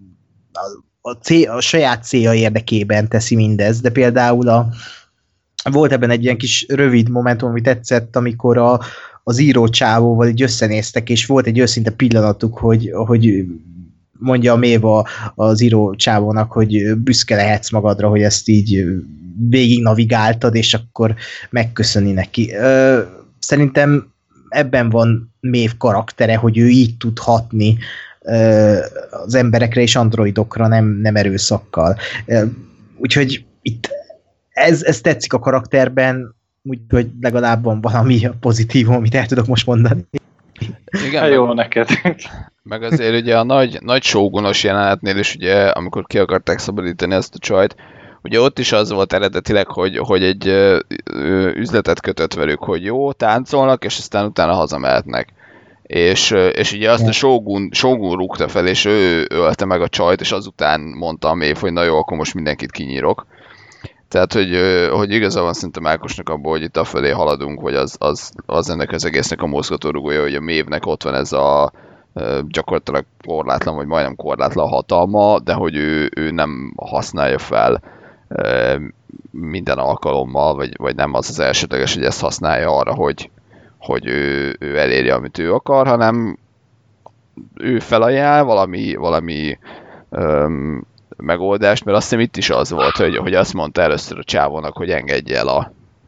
a saját célja érdekében teszi mindez, de például volt ebben egy ilyen kis rövid momentum, ami tetszett, amikor az író csávóval így összenéztek, és volt egy őszinte pillanatuk, hogy mondja a Méva az író csávónak, hogy büszke lehetsz magadra, hogy ezt így végig navigáltad, és akkor megköszöni neki. Szerintem ebben van Mév karaktere, hogy ő így tud hatni az emberekre és androidokra, nem erőszakkal. Úgyhogy itt ez tetszik a karakterben, úgyhogy legalább van valami pozitívum, amit el tudok most mondani. Igen, jó neked. Meg azért ugye a nagy sógunos jelenetnél is ugye, amikor ki akarták szabadítani ezt a csajt, ugye ott is az volt eredetileg, hogy egy üzletet kötött velük, hogy jó, táncolnak, és aztán utána hazamehetnek. És ugye azt a Shogun rúgta fel, és ő ölte meg a csajt, és azután mondta a Maeve, hogy na jó, akkor most mindenkit kinyírok. Tehát, hogy igaza van szerintem Ákosnak abból, hogy itt afelé haladunk, hogy az ennek az egésznek a mozgatórugója, hogy a Maeve-nek ott van ez a gyakorlatilag korlátlan, vagy majdnem korlátlan hatalma, de hogy ő nem használja fel minden alkalommal, vagy nem az elsődleges, hogy ezt használja arra, hogy ő elérje, amit ő akar, hanem ő felajánl valami megoldást, mert azt hiszem itt is az volt, hogy azt mondta először a csávónak, hogy engedje el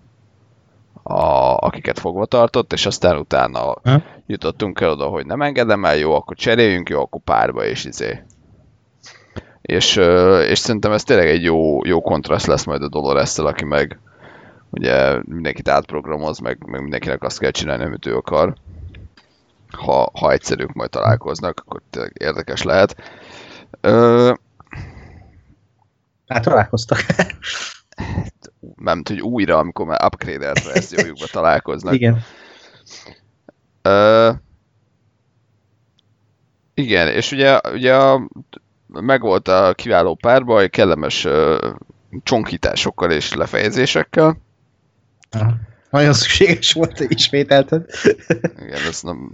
akiket fogva tartott, és aztán utána jutottunk el oda, hogy nem engedem el, jó, akkor cseréljünk, jó, akkor párba, és szerintem ez tényleg egy jó kontraszt lesz majd a Dolores-szel, aki meg ugye mindenkit átprogramoz, meg mindenkinek azt kell csinálni, amit ő akar. Ha egyszerűk majd találkoznak, akkor tényleg érdekes lehet. Hát találkoztak. Nem hogy újra, amikor már upgrade-elt verziójukba találkoznak. Igen. Igen, és ugye megvolt a kiváló párbaj, kellemes csonkításokkal és lefejezésekkel. Nagyon szükséges volt, hogy ismételted. Igen, ez nem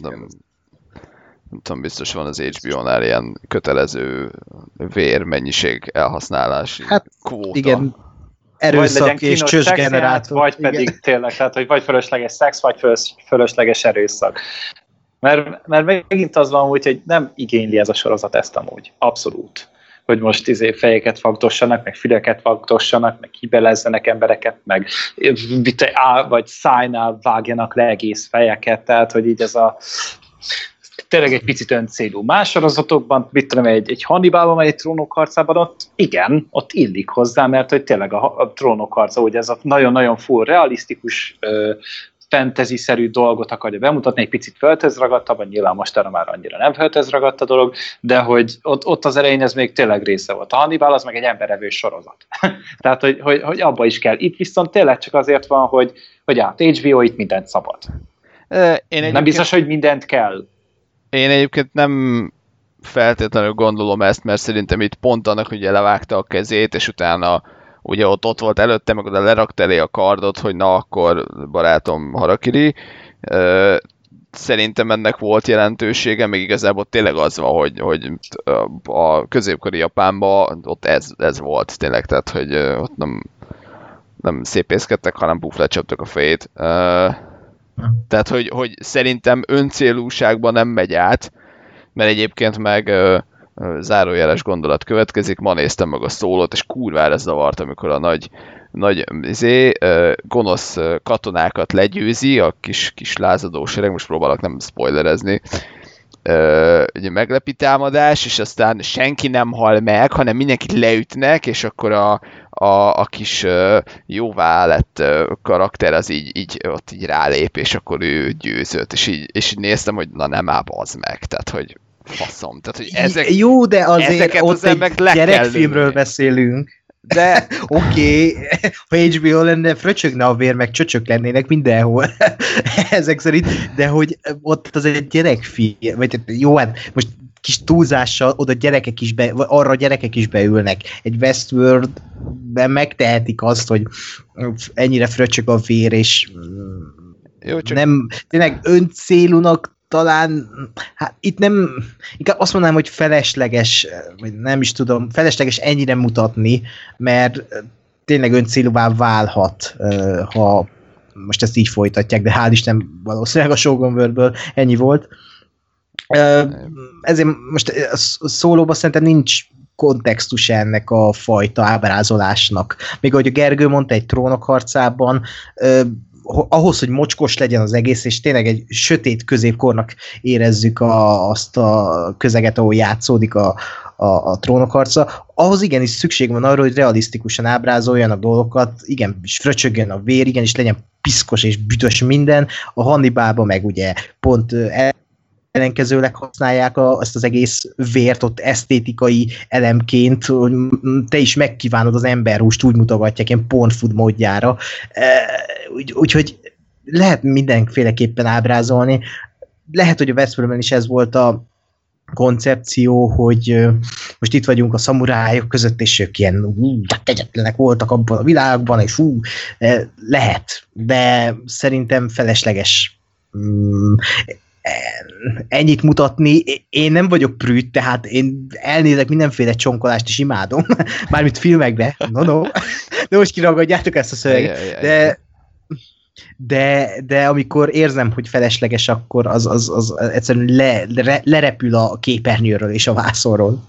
tudom, biztos van az HBO-nál ilyen kötelező vérmennyiség elhasználási kvóta. Igen, erőszak és csősgenerátor. Vagy pedig tényleg, tehát, hogy vagy fölösleges szex, vagy fölösleges erőszak. Mert megint az van úgy, hogy nem igényli ez a sorozat ezt amúgy. Abszolút. Hogy most fejeket faktossanak, meg füleket faktossanak, meg hibelezzenek embereket, meg vagy szájnál vágjanak le egész fejeket, tehát, hogy így ez a tényleg egy picit öncélú. Más sorozatokban, mit tudom, egy Hannibalban, vagy egy Trónok harcában, ott igen, ott illik hozzá, mert hogy tényleg a Trónok harca, ugye ez a nagyon-nagyon full realisztikus, fantasy-szerű dolgot akarja bemutatni, egy picit földhöz ragadta, vagy nyilván mostanra már annyira nem földhöz ragadt a dolog, de hogy ott az elején ez még tényleg része volt. A Hannibal az meg egy emberevős sorozat. Tehát, hogy abba is kell. Itt viszont tényleg csak azért van, hogy HBO itt mindent szabad. Nem biztos, hogy mindent kell. Én egyébként nem feltétlenül gondolom ezt, mert szerintem itt pont annak, hogy levágta a kezét, és utána ugye ott volt előtte, meg oda lerakta elé a kardot, hogy na akkor barátom harakiri. Szerintem ennek volt jelentősége, még igazából tényleg az van, hogy a középkori Japánban ott ez volt tényleg, tehát hogy ott nem szépészkedtek, hanem puf, lecsaptak a fejét. Tehát, hogy szerintem öncélúságban nem megy át, mert egyébként meg zárójeles gondolat következik, ma néztem meg a Szólót, és kurvára zavart, amikor a nagy gonosz katonákat legyőzi, a kis lázadó sereg, most próbálok nem spoilerezni, ugye meglepi támadás, és aztán senki nem hal meg, hanem mindenkit leütnek, és akkor a kis jóvá lett karakter az így ott így rálép, és akkor ő győzött, és így néztem, hogy na nem áll bazd meg, tehát hogy faszom. Tehát, hogy jó, de azért ott egy gyerekfilmről beszélünk. De oké, ha HBO lenne, fröcsögne a vér, meg csöcsök lennének mindenhol. Ezek szerint, de hogy ott az egy gyerekfilm, vagy jó, hát most kis túlzással oda gyerekek is arra gyerekek is beülnek. Egy Westworldben megtehetik azt, hogy ennyire fröcsög a vér, és jó, csak nem, tényleg öncélúnak talán, hát itt nem, inkább azt mondanám, hogy felesleges, vagy nem is tudom, felesleges ennyire mutatni, mert tényleg öncélúvá válhat, ha most ezt így folytatják, de hál' Isten valószínűleg a Shogun Worldből ennyi volt. Ezért most a Szólóban szerintem nincs kontextus ennek a fajta ábrázolásnak. Még ahogy a Gergő mondta, egy Trónok harcában, ahhoz, hogy mocskos legyen az egész, és tényleg egy sötét középkornak érezzük azt a közeget, ahol játszódik a trónokharca, ahhoz igenis szükség van arra, hogy realisztikusan ábrázoljanak dolgokat, igen, és fröcsögjön a vér, igen, és legyen piszkos és bütös minden. A Hannibalban meg ugye pont ellenkezőleg használják azt az egész vért ott esztétikai elemként, hogy te is megkívánod az emberhúst, úgy mutogatják ilyen pornfood módjára. Úgyhogy lehet mindenféleképpen ábrázolni. Lehet, hogy a Westworldben is ez volt a koncepció, hogy most itt vagyunk a szamurájok között, és ők ilyen kegyetlenek voltak abban a világban, és lehet, de szerintem felesleges ennyit mutatni. Én nem vagyok prűd, tehát én elnézek mindenféle csonkolást, és imádom, mármint filmekbe, no, de most kiragadjátok ezt a szöveget, de amikor érzem, hogy felesleges, akkor az egyszerűen lerepül a képernyőről és a vászonról.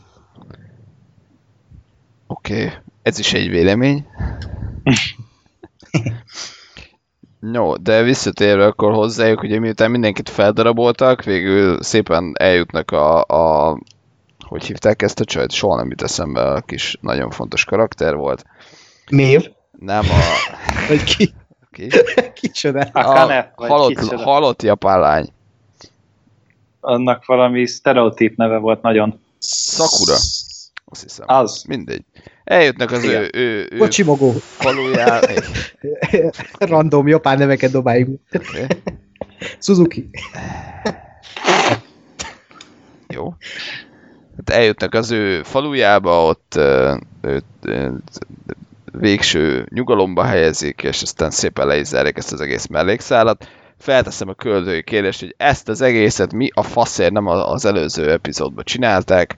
Oké, ez is egy vélemény. No, de visszatérve akkor hozzájuk, hogy miután mindenkit feldaraboltak, végül szépen eljutnak hogy hívták ezt a csajt? Soha nem jut eszembe, a kis nagyon fontos karakter volt. Mév? Nem Vagy ki? Ki? Kicsoda? Halott japán lány. Annak valami sztereotíp neve volt nagyon. Sakura. Azt hiszem. Az. Mindegy. Eljutnak az ő Kocsimogó. falujára. Random japán neveket dobáljuk. Okay. Suzuki. Jó. Hát eljutnak az ő falujába, ott végső nyugalomba helyezik, és aztán szépen le is zárják ezt az egész mellékszálat. Felteszem a költői kérdést, hogy ezt az egészet mi a faszért nem az előző epizódban csinálták,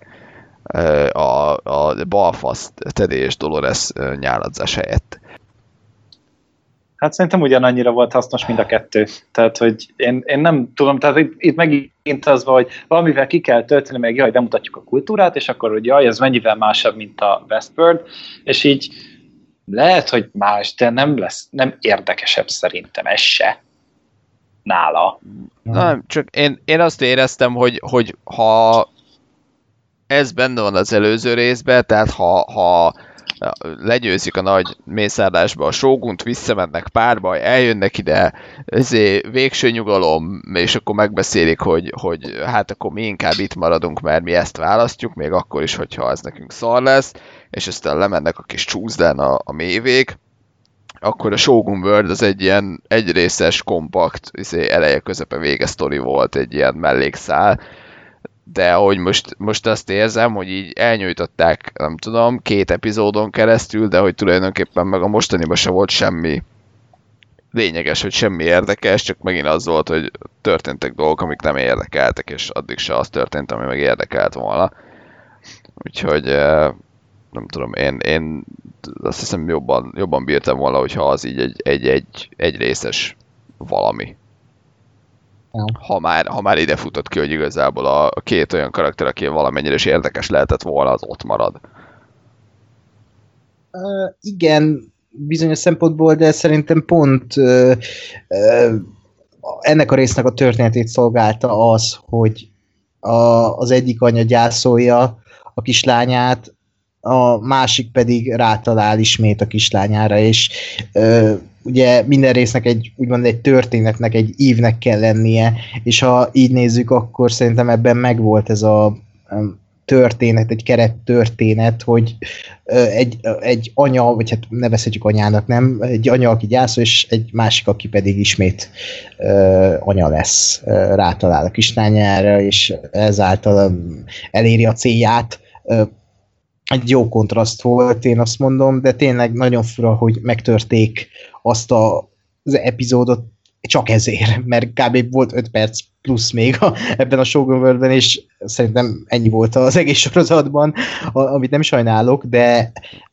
a balfasz Teddy és Dolores nyáladzás helyett. Hát szerintem ugyanannyira volt hasznos, mind a kettő. Tehát, hogy én nem tudom, tehát itt megint az van, hogy valamivel ki kell tölteni, meg jaj, bemutatjuk a kultúrát, és akkor, hogy jaj, ez mennyivel másabb, mint a Westworld, és így lehet, hogy más, de nem érdekesebb szerintem, ez se. Nála. Nem, csak én azt éreztem, hogy ha ez benne van az előző részben, tehát ha legyőzik a nagy mészárlásba a sógunt, visszamennek párbaj, eljönnek ide, végső nyugalom, és akkor megbeszélik, hogy hát akkor mi inkább itt maradunk, mert mi ezt választjuk, még akkor is, hogyha ez nekünk szar lesz, és aztán lemennek a kis csúszdán a mévék, akkor a Shogun World az egy ilyen egyrészes, kompakt, eleje közepe vége sztori volt, egy ilyen mellékszál, de hogy most azt érzem, hogy így elnyújtották, nem tudom, 2 epizódon keresztül, de hogy tulajdonképpen meg a mostaniban se volt semmi lényeges, hogy semmi érdekes, csak megint az volt, hogy történtek dolgok, amik nem érdekeltek, és addig se az történt, ami meg érdekelt volna. Úgyhogy nem tudom, én azt hiszem jobban bírtam volna, hogyha az így egy részes valami. Ha már ide futott ki, hogy igazából a 2 olyan karakter, aki valamennyire is érdekes lehetett volna, az ott marad. Igen, bizonyos szempontból, de szerintem pont ennek a résznek a történetét szolgálta az, hogy az egyik anya gyászolja a kislányát, a másik pedig rátalál ismét a kislányára, és ugye minden résznek úgymond egy történetnek, egy ívnek kell lennie, és ha így nézzük, akkor szerintem ebben megvolt ez a történet, egy kerettörténet, hogy egy anya, vagy hát nevezhetjük anyának, nem? Egy anya, aki gyászol, és egy másik, aki pedig ismét anya lesz, rátalál a kislányára, és ezáltal eléri a célját. Egy jó kontraszt volt, én azt mondom, de tényleg nagyon fura, hogy megtörték azt az epizódot csak ezért, mert kb. Volt 5 perc plusz még ebben a Shogun Worldben, és szerintem ennyi volt az egész sorozatban, amit nem sajnálok, de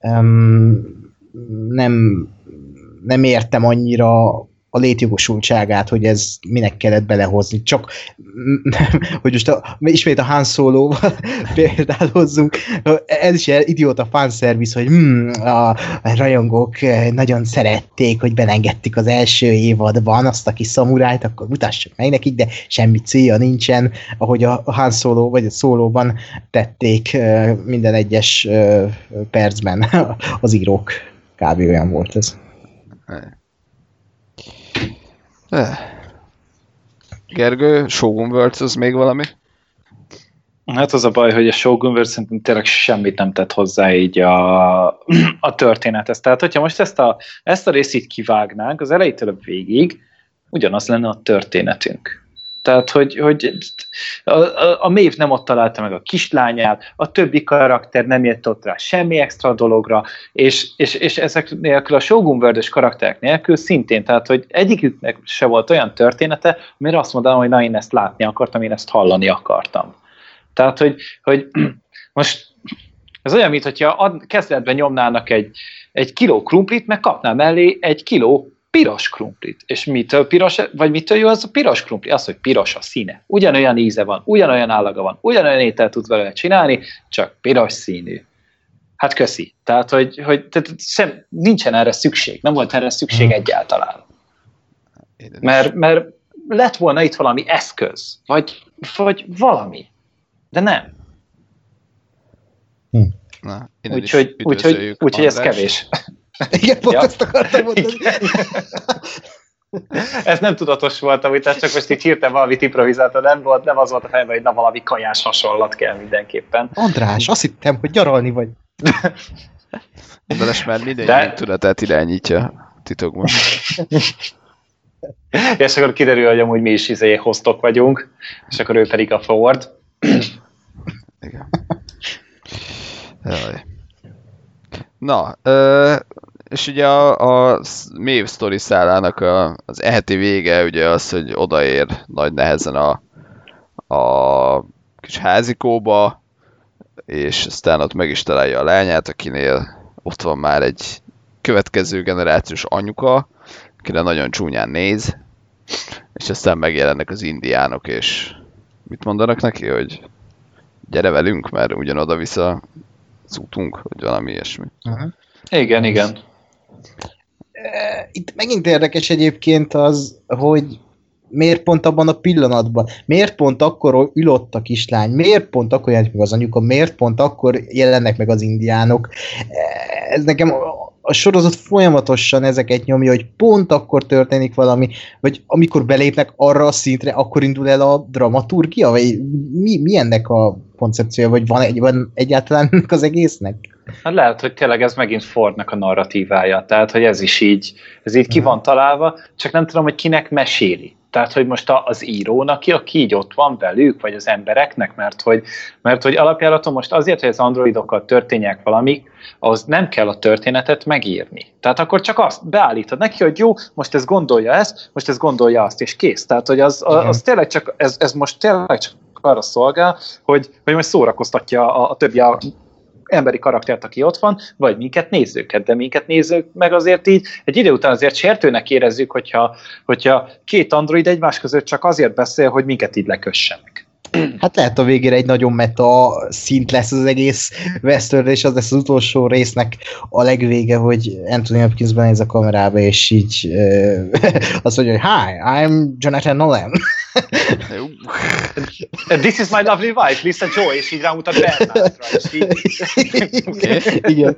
nem értem annyira a létjogosultságát, hogy minek kellett belehozni. Csak, hogy most ismét a Han Solo-val példálozzunk, ez is egy idióta fanszervisz, hogy a rajongók nagyon szerették, hogy belengedték az első évadban azt a kis szamurájt, akkor mutassuk meg nekik, de semmi célja nincsen, ahogy a Han Solo vagy a Solo-ban tették minden egyes percben az írók. Kb. Olyan volt ez. Gergő, Shogun Worlds az még valami? Hát az a baj, hogy a Shogun World szerintem tényleg semmit nem tett hozzá így a történethez. Tehát, hogyha most ezt a részt így kivágnánk, az elejétől a végig, ugyanaz lenne a történetünk. Tehát, hogy a Maeve nem ott találta meg a kislányát, a többi karakter nem jött ott rá semmi extra dologra, és ezek nélkül a Shogun World-ös karakterek nélkül szintén, tehát, hogy egyiküknek se volt olyan története, amire azt mondanám, hogy na, én ezt látni akartam, én ezt hallani akartam. Tehát, hogy most ez olyan, mintha kezdetben nyomnának egy kiló krumplit, meg kapnál mellé egy kiló piros krumplit. És mitől piros, vagy mitől jó az a piros krumpli? Az, hogy piros a színe. Ugyanolyan íze van, ugyanolyan állaga van, ugyanolyan ételt tud vele csinálni, csak piros színű. Hát köszi. Tehát, hogy nincsen erre szükség. Nem volt erre szükség egyáltalán. Mert lett volna itt valami eszköz, vagy valami. De nem. Úgyhogy ez kevés. Igen, pont ezt akartam mondani. Ez nem tudatos volt, amit ez csak most így hirtelen valamit improvizálta, nem az volt a fejemben, hogy na valami kajás hasonlat kell mindenképpen. András, azt hittem, hogy gyaralni vagy. András már minden tudatát irányítja titokban. És akkor kiderül, hogy amúgy mi is hostok vagyunk, és akkor ő pedig a Ford. Igen. Jaj. Na, és ugye a Maeve sztori szálának az eheti vége ugye az, hogy odaér nagy nehezen a kis házikóba, és aztán ott meg is találja a lányát, akinél ott van már egy következő generációs anyuka, akire nagyon csúnyán néz, és aztán megjelennek az indiánok, és mit mondanak neki, hogy gyere velünk, mert ugyanoda vissza az útunk, vagy valami ilyesmi. Igen. Itt megint érdekes egyébként az, hogy miért pont abban a pillanatban, miért pont akkor ül ott a kislány, miért pont akkor jelenik meg az anyuka, miért pont akkor jelennek meg az indiánok. Ez nekem a sorozat folyamatosan ezeket nyomja, hogy pont akkor történik valami, vagy amikor belépnek arra a szintre, akkor indul el a dramaturgia, vagy mi ennek a koncepciója, vagy van egyáltalán ennek az egésznek? Hát lehet, hogy tényleg ez megint Fordnak a narratívája, tehát hogy ez így ki van találva, csak nem tudom, hogy kinek meséli. Tehát, hogy most az írónak, aki így ott van velük, vagy az embereknek, mert hogy alapjáraton most azért, hogy az androidokkal történjek valami, ahhoz nem kell a történetet megírni. Tehát akkor csak azt beállítod neki, hogy jó, most ez gondolja ezt, most ez gondolja azt, és kész. Tehát, hogy az tényleg csak, ez most tényleg csak arra szolgál, hogy most szórakoztatja a többi emberi karaktert, aki ott van, vagy minket nézőket, de minket nézők meg azért így egy idő után azért sértőnek érezzük, hogyha két android egymás között csak azért beszél, hogy minket így lekössenek. Hát lehet a végére egy nagyon meta szint lesz az egész Westworld, és az lesz az utolsó résznek a legvége, hogy Anthony Hopkins benéz a kamerába, és így azt mondja, hogy hi, I'm Jonathan Nolan. This is my lovely wife, Lisa Joy, és így rámutat Bernardra, és így... Igen.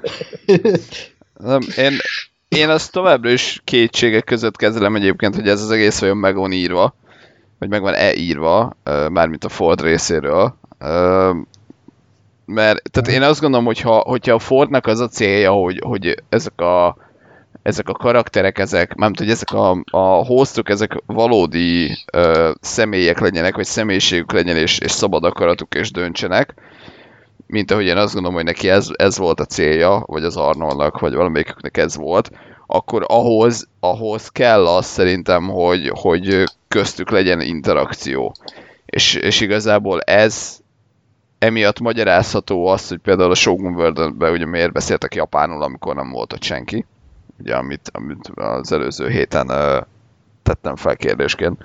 Én azt továbbra is kétségek között kezelem egyébként, hogy ez az egész vajon meg van írva, vagy meg van írva, mármint a Ford részéről. Mert tehát én azt gondolom, hogyha a Fordnak az a célja, hogy ezek a karakterek, mármint hogy ezek a hostok, ezek valódi személyek legyenek, vagy személyiségük legyen, és szabad akaratuk, és döntsenek, mint ahogy én azt gondolom, hogy neki ez volt a célja, vagy az Arnoldnak, vagy valamelyiküknek ez volt, akkor ahhoz kell az szerintem, hogy köztük legyen interakció. És igazából ez emiatt magyarázható az, hogy például a Shogun World-ben ugye miért beszéltek japánul, amikor nem volt ott senki. Ugye, amit az előző héten tettem fel kérdésként.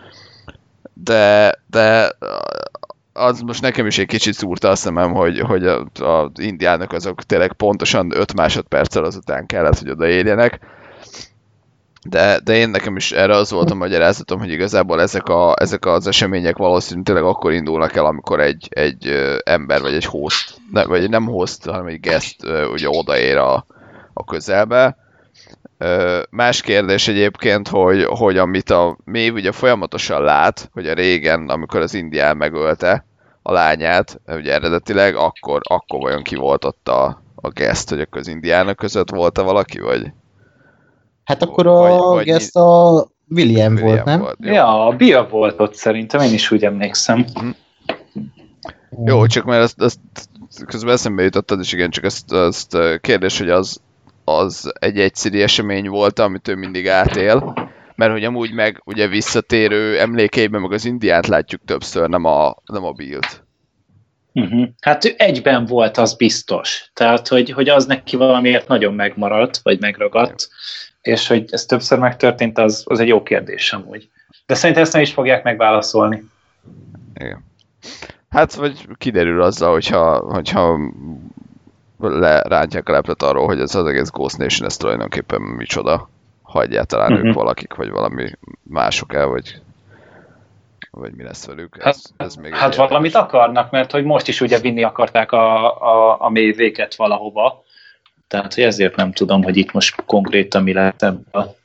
De az most nekem is egy kicsit szúrta a szemem, hogy az indiánok azok tényleg pontosan 5 másodperccel azután kellett, hogy odaérjenek. De én nekem is erre az volt a magyarázatom, hogy igazából ezek az események valószínűleg akkor indulnak el, amikor egy ember vagy egy host, vagy nem host, hanem egy guest ugye odaér a közelbe, Más kérdés egyébként, hogy amit a Maeve ugye folyamatosan lát, hogy a régen, amikor az indián megölte a lányát, ugye eredetileg, akkor vajon ki volt ott a guest, hogy akkor az indiánok között volt-e valaki, vagy? Hát akkor a guest a William volt, nem? Volt, ja, a Bia volt ott szerintem, én is úgy emlékszem. Jó, csak mert azt közben eszembe jutottad, és igen, csak azt kérdés, hogy az egy egyszeri esemény volt, amit ő mindig átél, mert hogy amúgy meg ugye visszatérő emlékeiben meg az indiánt látjuk többször, nem a Billt. Hát ő egyben volt, az biztos. Tehát, hogy az neki valamiért nagyon megmaradt, vagy megragadt, és hogy ez többször megtörtént, az egy jó kérdés amúgy. De szerintem ezt nem is fogják megválaszolni. Igen. Hát, vagy kiderül azzal, hogyha rántják a leplet arról, hogy ez az egész Ghost Nation, ez tulajdonképpen micsoda, ha egyáltalán ők valakik, vagy valami mások el, vagy mi lesz velük. Ez még hát valamit akarnak, mert hogy most is ugye vinni akarták a mélyvéket valahova, tehát hogy ezért nem tudom, hogy itt most konkrétan mi lehet ebből.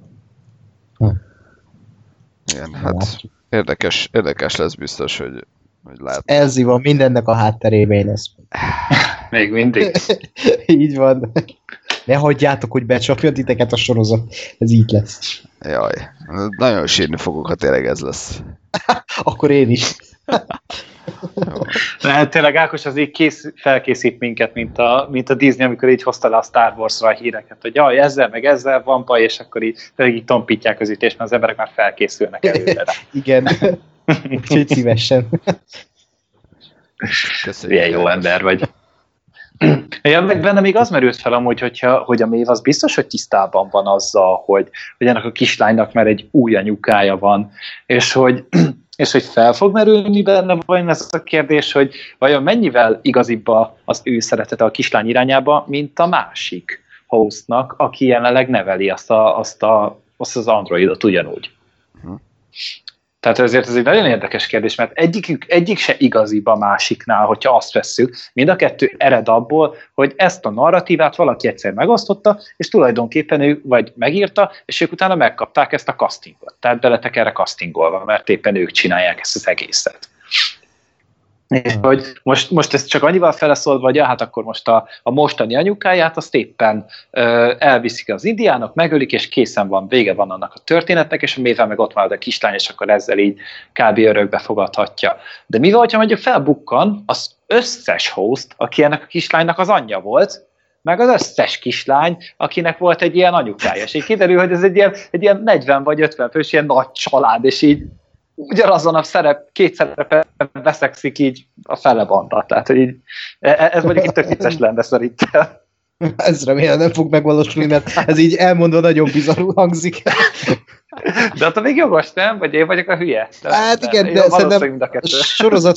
Igen, hát érdekes lesz biztos, hogy lehet. Ez van, mindennek a hátterében lesz. Még mindig. Így van. Ne hagyjátok, hogy becsapjon titeket a sorozat. Ez így lesz. Jaj, nagyon sírni fogok, ha tényleg ez lesz. Akkor én is. Lehet, tényleg Ákos az így felkészít minket, mint a Disney, amikor így hozta le a Star Wars-ra a híreket, hogy jaj, ezzel meg ezzel van baj, és akkor így tompítják az ütést, mert az emberek már felkészülnek előre. Igen. Úgyhogy szívesen. Köszönjük. Milyen jó ember vagy. Ja, meg benne még az merült fel amúgy, hogy a Maeve az biztos, hogy tisztában van azzal, hogy ennek a kislánynak már egy új anyukája van, és hogy fel fog merülni benne vajon ez a kérdés, hogy vajon mennyivel igazibb az ő szeretete a kislány irányába, mint a másik hostnak, aki jelenleg neveli azt az androidot ugyanúgy. Tehát ezért ez egy nagyon érdekes kérdés, mert egyik se igazibb a másiknál, hogyha azt vesszük. Mind a kettő ered abból, hogy ezt a narratívát valaki egyszer megosztotta, és tulajdonképpen ő vagy megírta, és ők utána megkapták ezt a castingot. Tehát beletek erre castingolva, mert éppen ők csinálják ezt az egészet. És hogy most ez csak annyival feleszólva, hogy hát akkor most a mostani anyukáját azt éppen elviszik az indiánok, megölik, és készen van, vége van annak a történetnek, és a Maeve meg ott marad a kislány, és akkor ezzel így kb. Örökbe fogadhatja. De mi van, hogyha mondjuk felbukkan az összes host, aki ennek a kislánynak az anyja volt, meg az összes kislány, akinek volt egy ilyen anyukája. És így kiderül, hogy ez egy ilyen 40 vagy 50 fős ilyen nagy család, és így ugyanazon a két szerepen veszekszik így a fele banda. Tehát, hogy így, ez mondjuk itt tök vicces lenne szerintem. Ez remélem nem fog megvalósulni, mert ez így elmondva nagyon bizarrul hangzik. De attól még jogos, nem? Vagy én vagyok a hülye? Hát igen, de szerintem a sorozat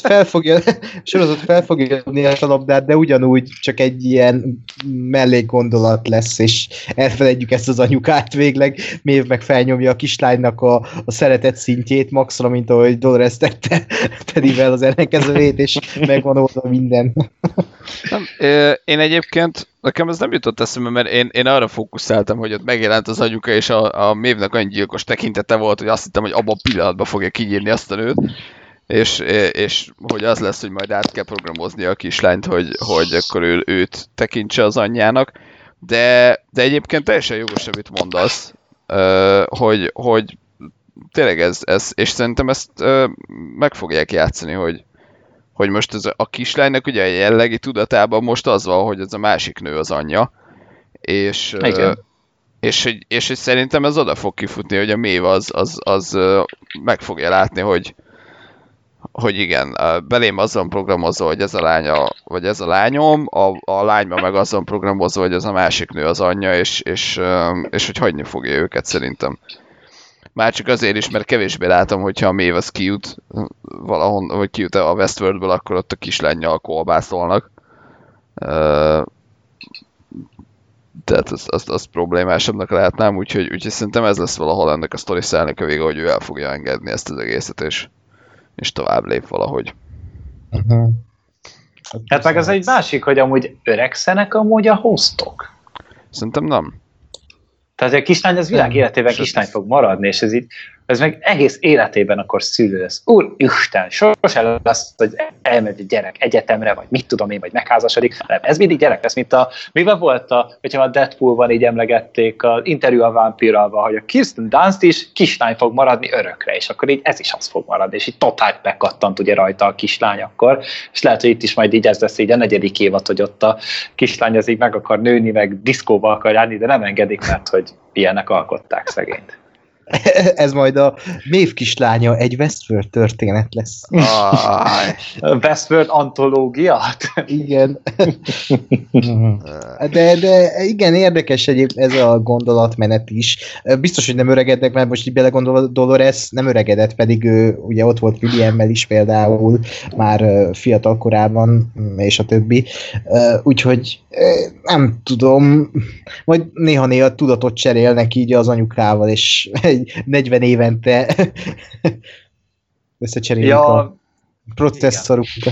fel fogja adni ezt a labdát, de ugyanúgy csak egy ilyen mellékgondolat lesz, és elfeledjük ezt az anyukát végleg. Maeve meg felnyomja a kislánynak a szeretet szintjét, maxra, mint ahogy Dolores tette Teddyvel az ellenkezőjét, és megvan oldva minden. Nem, én egyébként, nekem ez nem jutott eszembe, mert én arra fókuszáltam, hogy ott megjelent az anyuka, és a Maeve-nek olyan gyilkos tekintete volt, hogy azt hittem, hogy abban a pillanatban fogja kinyírni azt a nőt, és hogy az lesz, hogy majd át kell programozni a kislányt, hogy akkor őt tekintse az anyjának, de egyébként teljesen jogos, amit mondasz, hogy tényleg ez, és szerintem ezt meg fogják játszani, hogy most ez a kislánynak ugye a jellegi tudatában most az van, hogy ez a másik nő az anyja, és hogy szerintem ez oda fog kifutni, hogy a Maeve az meg fogja látni, hogy igen, belém azon programozva, hogy ez a lánya, vagy ez a lányom, a lányban meg azon programozva, hogy ez a másik nő az anyja, és hogy hagyni fogja őket szerintem. Már csak azért is, mert kevésbé látom, hogyha a Maeve az kijut valahon, vagy kijut a Westworldből, akkor ott a kislánnyal kolbászolnak. Tehát azt problémásabbnak látnám, úgyhogy szerintem ez lesz valahol ennek a sztori szállnak a vége, hogy ő el fogja engedni ezt az egészet, és tovább lép valahogy. Hát meg az egy másik, hogy amúgy öregszenek amúgy a hostok. Szerintem nem. Tehát a kislány az világ életében Sőt. kislány fog maradni, és ez meg egész életében akkor szülő lesz. Úristen, sose lesz, hogy elmegy a gyerek egyetemre, vagy mit tudom én, vagy megházasodik. Nem, ez mindig gyerek lesz, mint miben volt hogyha a Deadpoolban így emlegették az interjú a vámpírral, hogy a Kirsten Dunst is kislány fog maradni örökre, és akkor így ez is az fog maradni, és így totál bekattant ugye rajta a kislány akkor, és lehet, hogy itt is majd így ez lesz így a 4. évad, hogy ott a kislány az így meg akar nőni, meg diszkóba akar járni, de nem engedik, mert hogy ilyenek alkották szegényt. Ez majd a Maeve kislánya egy Westworld történet lesz. Westworld antológia? Igen. De igen, érdekes egyébként ez a gondolatmenet is. Biztos, hogy nem öregednek, mert most így belegondolva Dolores nem öregedett, pedig ő ugye ott volt Williammel is például, már fiatal korában, és a többi. Úgyhogy nem tudom, majd néha-néha tudatot cserélnek így az anyukával, és 40 évente összecserélik a processzorukat.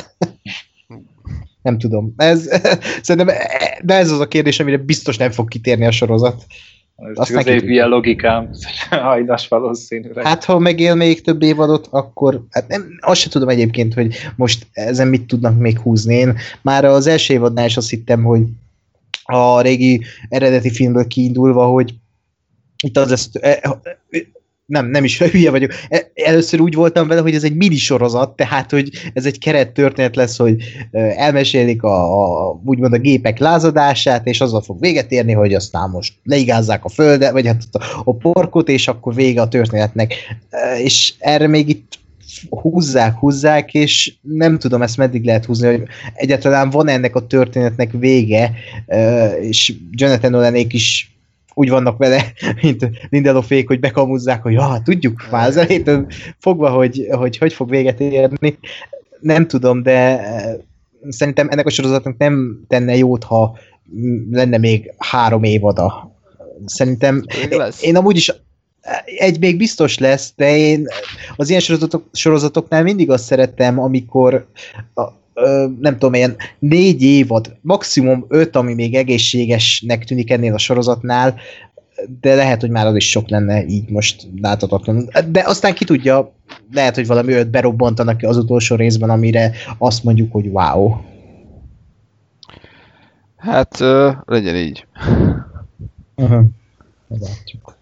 Nem tudom. Szerintem, de ez az a kérdés, amire biztos nem fog kitérni a sorozat. Ez csak az ilyen logikám, hajnas valószínűleg. Hát, ha megél még több évadot, akkor hát azt sem tudom egyébként, hogy most ezen mit tudnak még húzni. Én már az első évadnál is azt hittem, hogy a régi eredeti filmből kiindulva, hogy itt az lesz, nem is hülye vagyok. Először úgy voltam vele, hogy ez egy mini sorozat, tehát, hogy ez egy keret történet lesz, hogy elmesélik úgymond a gépek lázadását, és azzal fog véget érni, hogy aztán most leigázzák a földet, vagy hát a porkot, és akkor vége a történetnek. És erre még itt húzzák, és nem tudom ezt meddig lehet húzni, hogy egyáltalán van ennek a történetnek vége, és Jonathan Nolan-ék is úgy vannak vele, mint Lindelofék, hogy bekamúzzák, hogy tudjuk már az elejétől fogva, hogy fog véget érni. Nem tudom, de szerintem ennek a sorozatnak nem tenne jót, ha lenne még 3 évada. Szerintem én amúgy is egy még biztos lesz, de én az ilyen sorozatoknál mindig azt szeretem, amikor nem tudom, ilyen 4 évad, maximum 5, ami még egészségesnek tűnik ennél a sorozatnál, de lehet, hogy már az is sok lenne így most láthatatlan. De aztán ki tudja, lehet, hogy valami olyat berobbantanak az utolsó részben, amire azt mondjuk, hogy wow. Hát, legyen így. Látjuk.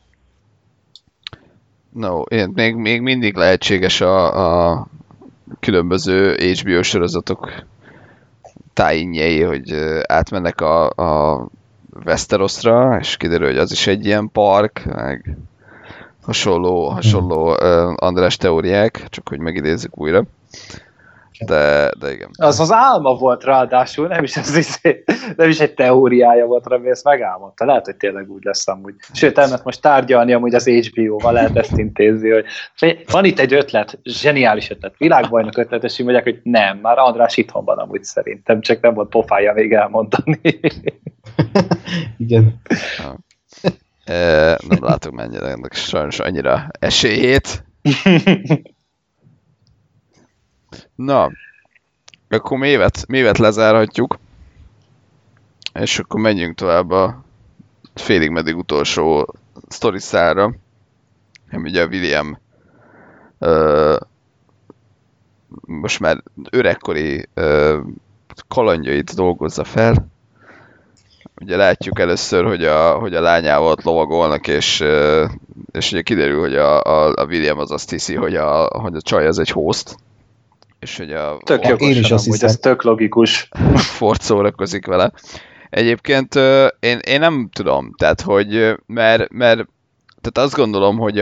No, még mindig lehetséges a különböző HBO sorozatok tájinjei, hogy átmennek a Westerosra, és kiderül, hogy az is egy ilyen park, meg hasonló András teóriák, csak hogy megidézzük újra. De igen. Az az álma volt ráadásul, nem is egy teóriája volt, hanem ezt megálmodta. Lehet, hogy tényleg úgy lesz amúgy. Sőt, elment most tárgyalni amúgy az HBO-val, lehet ezt intézni, hogy van itt egy ötlet, zseniális ötlet, világbajnok ötlet, és így mondják, hogy nem, már András itthon van amúgy szerintem, csak nem volt pofája még elmondani. Igen. Nem látom mennyire ennek sajnos annyira esélyét. Na, akkor mévet lezárhatjuk, és akkor menjünk tovább a félig meddig utolsó sztoriszára, ami ugye a William most már öregkori kalandjait dolgozza fel. Ugye látjuk először, hogy a lányával ott lovagolnak, és ugye kiderül, hogy a William az azt hiszi, hogy a csaj az egy host. És hogy tök jogosan amúgy, ez tök logikus. Ford szórakozik vele. Egyébként én nem tudom, tehát hogy, mert tehát azt gondolom, hogy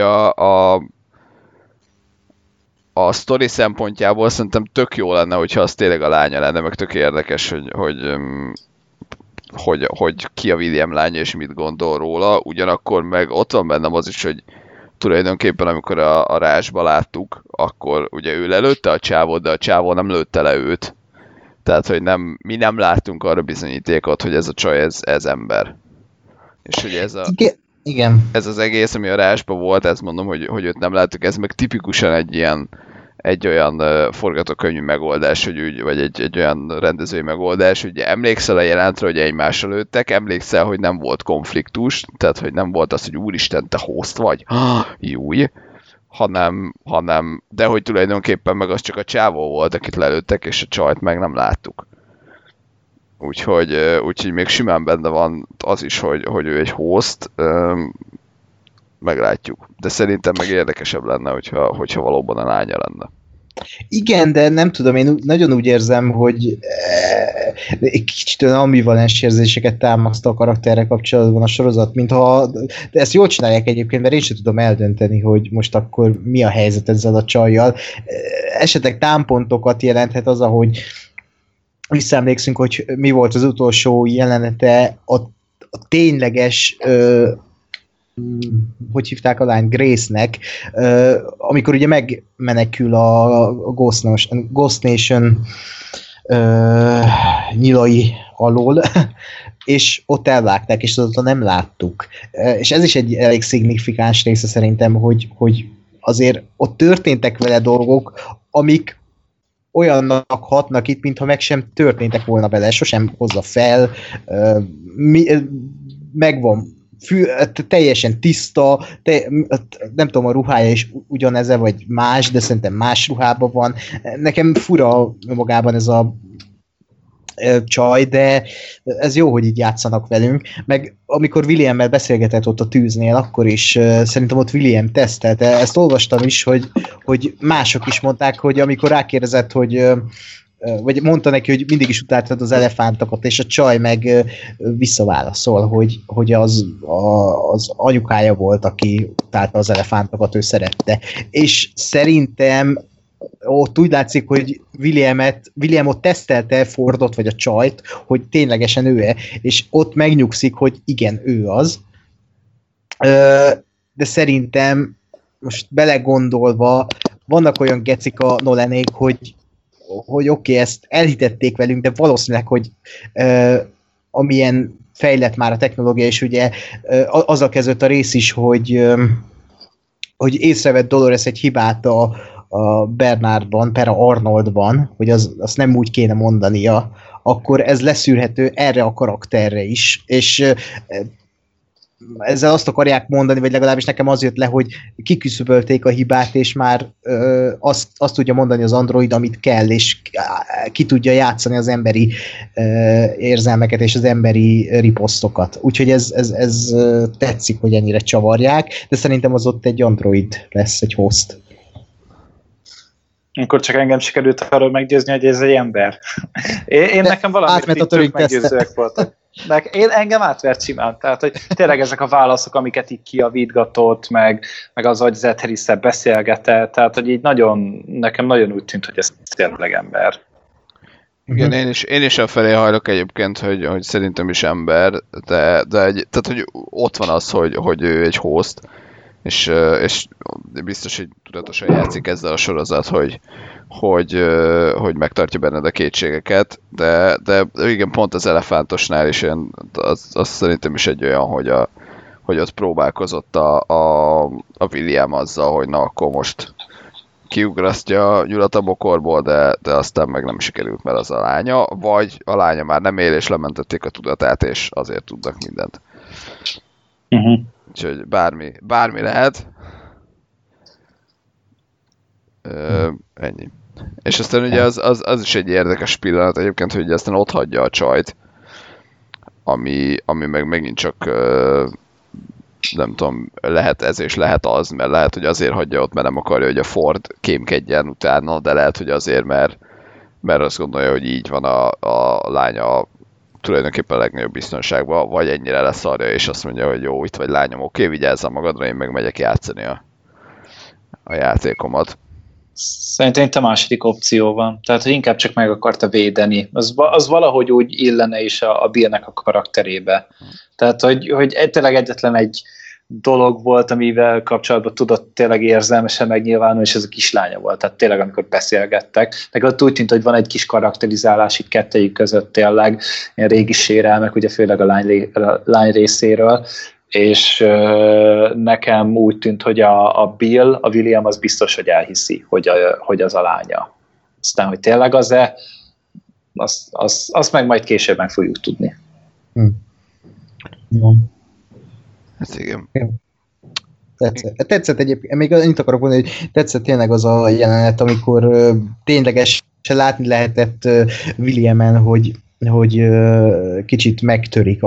a sztori szempontjából szerintem tök jó lenne, hogyha az tényleg a lánya lenne, meg tök érdekes, hogy ki a William lánya és mit gondol róla, ugyanakkor meg ott van bennem az is, hogy tulajdonképpen amikor a rásba láttuk, akkor ugye ő lelőtte a csávót, de a csávó nem lőtte le őt. Tehát, hogy mi nem láttunk arra bizonyítékot, hogy ez a csaj, ez ember. És hogy Igen. ez az egész, ami a rásba volt, ezt mondom, hogy őt nem láttuk, ez meg tipikusan egy ilyen egy olyan forgatókönyvű megoldás, vagy egy olyan rendezői megoldás, hogy emlékszel a jelentre, hogy egymásra lőttek, emlékszel, hogy nem volt konfliktus, tehát hogy nem volt az, hogy úristen, te host vagy, júj, hanem, de hogy tulajdonképpen meg az csak a csávó volt, akit lelőttek, és a csajt meg nem láttuk. Úgyhogy még simán benne van az is, hogy ő egy host, meglátjuk. De szerintem meg érdekesebb lenne, hogyha valóban a lánya lenne. Igen, de nem tudom, én nagyon úgy érzem, hogy egy kicsit olyan ambivalens érzéseket támaszt a karakterre kapcsolatban a sorozat, mintha, de ezt jól csinálják egyébként, mert én sem tudom eldönteni, hogy most akkor mi a helyzet ezzel a csajjal. Esetleg támpontokat jelenthet az, ahogy visszaemlékszünk, hogy mi volt az utolsó jelenete a tényleges hogy hívták a lány? Grace-nek, amikor ugye megmenekül a Ghost Nation nyilai alól, és ott elvágták, és azóta nem láttuk. És ez is egy elég szignifikáns része szerintem, hogy azért ott történtek vele dolgok, amik olyannak hatnak itt, mintha meg sem történtek volna vele, sosem hozza fel, megvan teljesen tiszta, nem tudom, a ruhája is ugyaneze, vagy más, de szerintem más ruhában van. Nekem fura magában ez a csaj, de ez jó, hogy így játszanak velünk. Meg amikor Williammel beszélgetett ott a tűznél, akkor is szerintem ott William tesztelte. Ezt olvastam is, hogy mások is mondták, hogy amikor rákérdezett, hogy vagy mondta neki, hogy mindig is utáltad az elefántokat, és a csaj meg visszaválaszol, hogy az anyukája volt, aki utálta az elefántokat, ő szerette. És szerintem ott úgy látszik, hogy William ott tesztelte Fordot, vagy a csajt, hogy ténylegesen ő-e, és ott megnyugszik, hogy igen, ő az. De szerintem most belegondolva vannak olyan gecik a Nolanék, hogy oké, ezt elhitették velünk, de valószínűleg, hogy amilyen fejlett már a technológia, és ugye azzal kezdődött a rész is, hogy észrevett Dolores egy hibát a Bernardban, Pera Arnoldban, hogy azt nem úgy kéne mondania, akkor ez leszűrhető erre a karakterre is, és ezzel azt akarják mondani, vagy legalábbis nekem az jött le, hogy kiküszöbölték a hibát, és már azt tudja mondani az android, amit kell, és ki tudja játszani az emberi érzelmeket és az emberi riposztokat. Úgyhogy ez tetszik, hogy ennyire csavarják, de szerintem az ott egy android lesz, egy host. Akkor csak engem sikerült arról meggyőzni, hogy ez egy ember. Én nekem valamit tök meggyőzőek voltak. Engem átvert simán. Tehát, hogy tényleg ezek a válaszok, amiket így kiavítgatott, meg az, hogy Zed Harris-szel beszélgetett, tehát, hogy így nekem nagyon úgy tűnt, hogy ez tényleg ember. Igen, én is afelé hajlok egyébként, hogy szerintem is ember, de tehát, hogy ott van az, hogy ő egy host, és biztos, hogy tudatosan játszik ezzel a sorozat, hogy megtartja benned a kétségeket, de igen, pont az elefántosnál is az szerintem is egy olyan, hogy ott próbálkozott a William azzal, hogy na akkor most kiugrasztja Gyulat a bokorból, de aztán meg nem sikerült, mert az a lánya, vagy a lánya már nem él, és lementették a tudatát, és azért tudnak mindent. Uh-huh. Úgyhogy bármi lehet. Ennyi. És aztán ugye az is egy érdekes pillanat egyébként, hogy aztán ott hagyja a csajt, ami meg megint csak nem tudom, lehet ez és lehet az, mert lehet, hogy azért hagyja ott, mert nem akarja, hogy a Ford kémkedjen utána, de lehet, hogy azért, mert azt gondolja, hogy így van a lánya tulajdonképpen a legnagyobb biztonságban, vagy ennyire leszarja, és azt mondja, hogy jó, itt vagy lányom, oké, vigyázzam magadra, én meg megyek játszani a játékomat. Szerintem itt a második opció van. Tehát, hogy inkább csak meg akarta védeni. Az valahogy úgy illene is a Billnek a karakterébe. Tehát, hogy tényleg egyetlen egy dolog volt, amivel kapcsolatban tudott tényleg érzelmesen megnyilvánulni, és ez a kislánya volt. Tehát tényleg, amikor beszélgettek. Nekem ott úgy tűnt, hogy van egy kis karakterizálás itt kettejük között tényleg, ilyen régi sérelmek, ugye főleg a lány részéről. és nekem úgy tűnt, hogy a Bill, a William az biztos, hogy elhiszi, hogy az a lánya. Aztán, hogy tényleg az-e, azt meg majd később meg fogjuk tudni. Hát igen. Tetszett egyébként, még annyit akarok mondani, hogy tetszett tényleg az a jelenet, amikor ténylegesen látni lehetett Williamen, hogy kicsit megtörik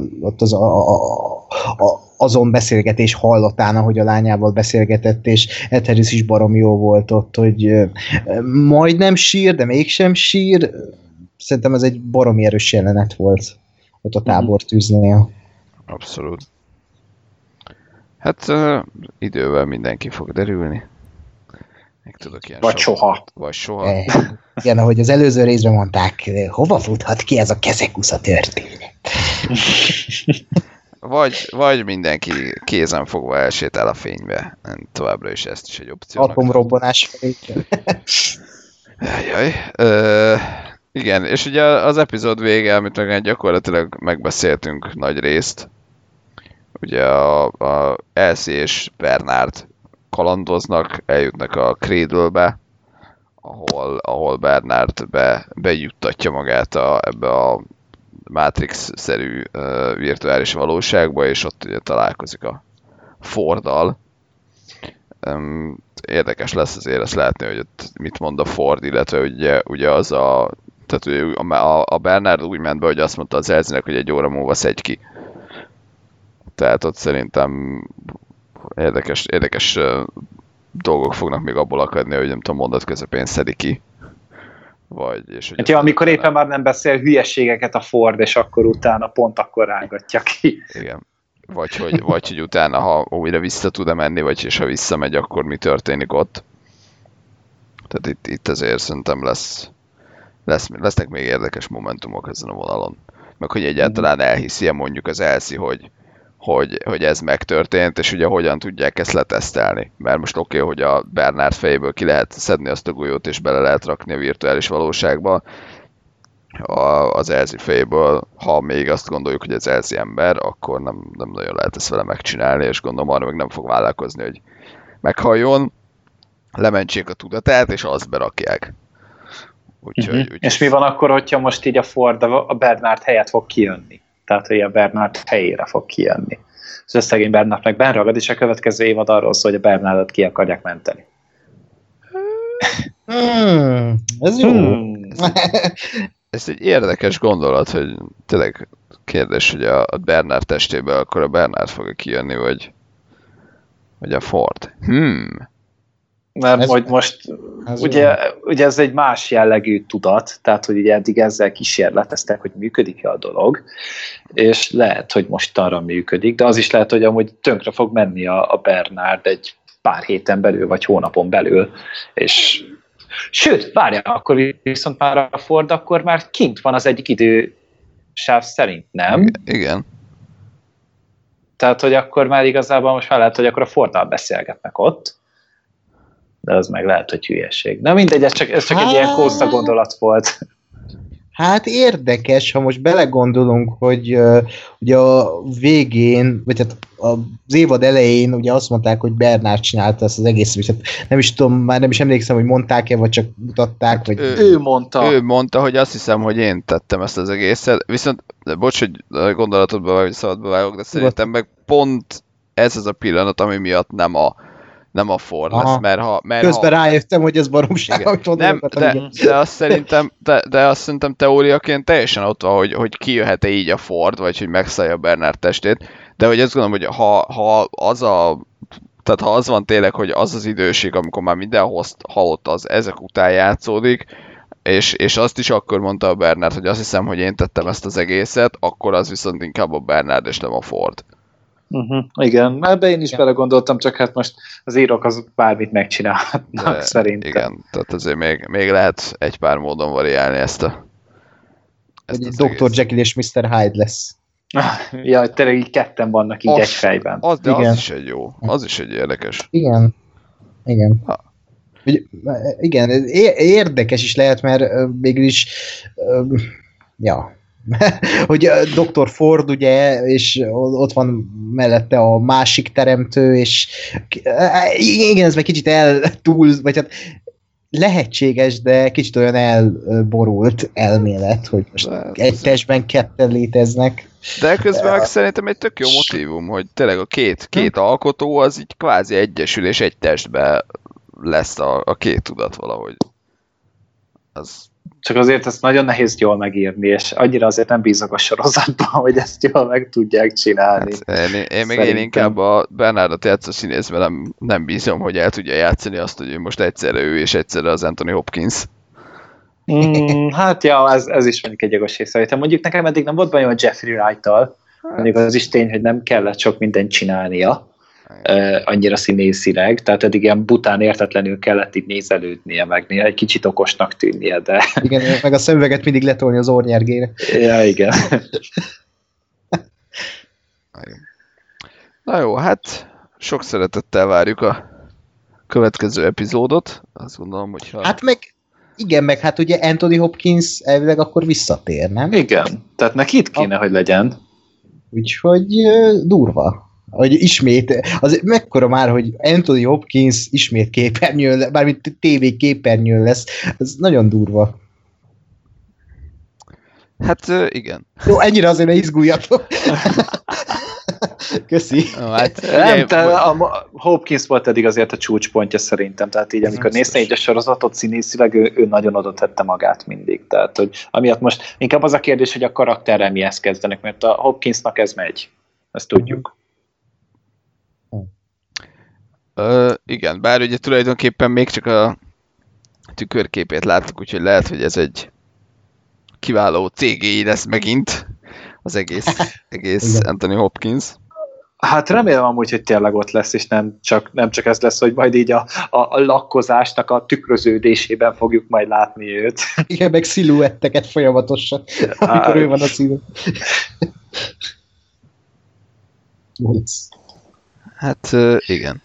azon beszélgetés hallatán, ahogy a lányával beszélgetett, és Ed Harris is barom jó volt ott, hogy majdnem sír, de mégsem sír. Szerintem ez egy baromi erős jelenet volt ott a tábortűznél. Abszolút. Hát idővel mindenki fog derülni. Még tudok ilyen Vagy soha. Vagy soha. Igen, ahogy az előző részben mondták, hova futhat ki ez a kezekusza történet? Vagy mindenki kézen fogva elsétál a fénybe. Továbbra is ezt is egy opciónak. Atomrobbanás felé. Jaj. Igen, és ugye az epizód vége, amit meg gyakorlatilag megbeszéltünk nagy részt. Ugye a Elsie és Bernard kalandoznak, eljutnak a Cradle-be, ahol Bernard bejuttatja magát ebbe a Matrix-szerű virtuális valóságba, és ott ugye találkozik a Forddal. Érdekes lesz azért ezt látni, hogy ott mit mond a Ford, illetve ugye az tehát a Bernard úgy ment be, hogy azt mondta az Elsie-nek, hogy egy óra múlva szedj ki. Tehát ott szerintem érdekes dolgok fognak még abból akadni, hogy nem tudom, mondat közepén szedi ki. Hát ja, amikor éppen már nem beszél hülyeségeket a Ford, és akkor utána pont akkor rángatja ki. Igen. Vagy hogy utána, ha újra vissza tud-e menni, vagy és ha visszamegy, akkor mi történik ott. Tehát itt azért szerintem lesznek még érdekes momentumok ezen a vonalon. Meg hogy egyáltalán elhiszi mondjuk az Elsie, hogy ez megtörtént, és ugye hogyan tudják ezt letesztelni. Mert most oké, hogy a Bernard fejéből ki lehet szedni azt a golyót, és bele lehet rakni a virtuális valóságba. Az Elsie fejéből, ha még azt gondoljuk, hogy az Elsie ember, akkor nem nagyon lehet ezt vele megcsinálni, és gondolom arra meg nem fog vállalkozni, hogy meghalljon, lementsék a tudatát, és azt berakják. Úgyhogy... És mi van akkor, hogyha most így a Ford a Bernard helyett fog kijönni? Tehát, hogy a Bernard helyére fog kijönni. És szegény Bernard meg benragad, és a következő évad arról szól, hogy a Bernardot ki akarják menteni. Ez jó. Ez egy érdekes gondolat, hogy tényleg kérdés, hogy a Bernard testéből akkor a Bernard fog kijönni, vagy a Ford. Mert hogy most ugye ez egy más jellegű tudat, tehát hogy ugye eddig ezzel kísérleteztek, hogy működik-e a dolog, és lehet, hogy mostanra működik, de az is lehet, hogy amúgy tönkre fog menni a Bernard egy pár héten belül, vagy hónapon belül, és sőt, várjál, akkor viszont már a Ford akkor már kint van az egyik idősáv szerint, nem? Igen. Tehát, hogy akkor már igazából most már lehet, hogy akkor a Forddal beszélgetnek ott, de az meg lehet, hogy hülyeség. Na mindegy, ez csak egy ilyen kósza gondolat volt. Hát érdekes, ha most belegondolunk, hogy ugye a végén, vagy hát az évad elején ugye azt mondták, hogy Bernard csinálta ezt az egész, hát nem is tudom, már nem is emlékszem, hogy mondták-e, vagy csak mutatták, vagy... Ő mondta. Ő mondta, hogy azt hiszem, hogy én tettem ezt az egészet, viszont, bocs, hogy a gondolatodba vagy szabadba vágok, de szerintem meg pont ez az a pillanat, ami miatt nem a Ford lesz, mert közben rájöttem, hogy ez baromság. De azt szerintem teóriaként teljesen ott van, hogy kijöhet-e így a Ford, vagy hogy megszállja Bernard testét, de hogy azt gondolom, hogy ha az van tényleg, hogy az az időség, amikor már mindenhol halott, az ezek után játszódik, és azt is akkor mondta a Bernard, hogy azt hiszem, hogy én tettem ezt az egészet, akkor az viszont inkább a Bernard és nem a Ford. Igen, ebbe én is belegondoltam, csak hát most az írók az bármit megcsinálhatnak szerintem. Igen, tehát azért még lehet egy pár módon variálni ezt Dr. Jekyll és Mr. Hyde lesz. Ja, tényleg így ketten vannak így egy fejben. Az is egy jó, az is egy érdekes. Igen. Igen, érdekes is lehet, mert végül is hogy Dr. Ford, ugye, és ott van mellette a másik teremtő, és igen, ez meg kicsit eltúl, vagy hát lehetséges, de kicsit olyan elborult elmélet, hogy most egy testben ketten léteznek. De közben meg szerintem egy tök jó motívum, hogy tényleg a két alkotó az így kvázi egyesül, és egy testben lesz a két tudat valahogy. Az... Csak azért ezt nagyon nehéz jól megírni, és annyira azért nem bízok a sorozatban, hogy ezt jól meg tudják csinálni. Hát, én meg én inkább a Bernardot játszó színészben nem bízom, hogy el tudja játszani azt, hogy ő most egyszerre ő, és egyszerre az Anthony Hopkins. Hát ja, ez is mondjuk egy jogos észrevétel. Mondjuk nekem eddig nem volt bajom a Jeffrey Wright-tal, mondjuk az is tény, hogy nem kellett sok mindent csinálnia, annyira színészileg, tehát eddig ilyen bután értetlenül kellett itt nézelődnie, meg egy kicsit okosnak tűnnie, de... Igen, meg a szemüveget mindig letolni az ornyergére. Ja, igen. Na jó, hát sok szeretettel várjuk a következő epizódot. Azt gondolom, hogyha... Hát meg, igen, meg hát ugye Anthony Hopkins elvileg akkor visszatér, nem? Igen, tehát neki itt kéne, hogy legyen. Úgyhogy durva. Hogy ismét, az mekkora már, hogy Anthony Hopkins ismét képernyőn, bármint TV képernyőn lesz, ez nagyon durva. Hát igen. Jó, ennyire azért ne izguljatok. Köszi. Hát, Nem, a Hopkins volt eddig azért a csúcspontja szerintem, tehát így amikor néztem így a sorozatot színészileg, ő nagyon oda tette magát mindig, tehát hogy amiatt most inkább az a kérdés, hogy a karakterrel mihez kezdenek, mert a Hopkinsnak ez megy, ezt tudjuk. Igen, bár ugye tulajdonképpen még csak a tükörképét láttuk, úgyhogy lehet, hogy ez egy kiváló CGI lesz megint az egész Anthony Hopkins. Hát remélem amúgy, hogy tényleg ott lesz, és nem csak ez lesz, hogy majd így a lakkozásnak a tükröződésében fogjuk majd látni őt. Igen, meg sziluetteket folyamatosan, amikor ő van a színen. Hát igen.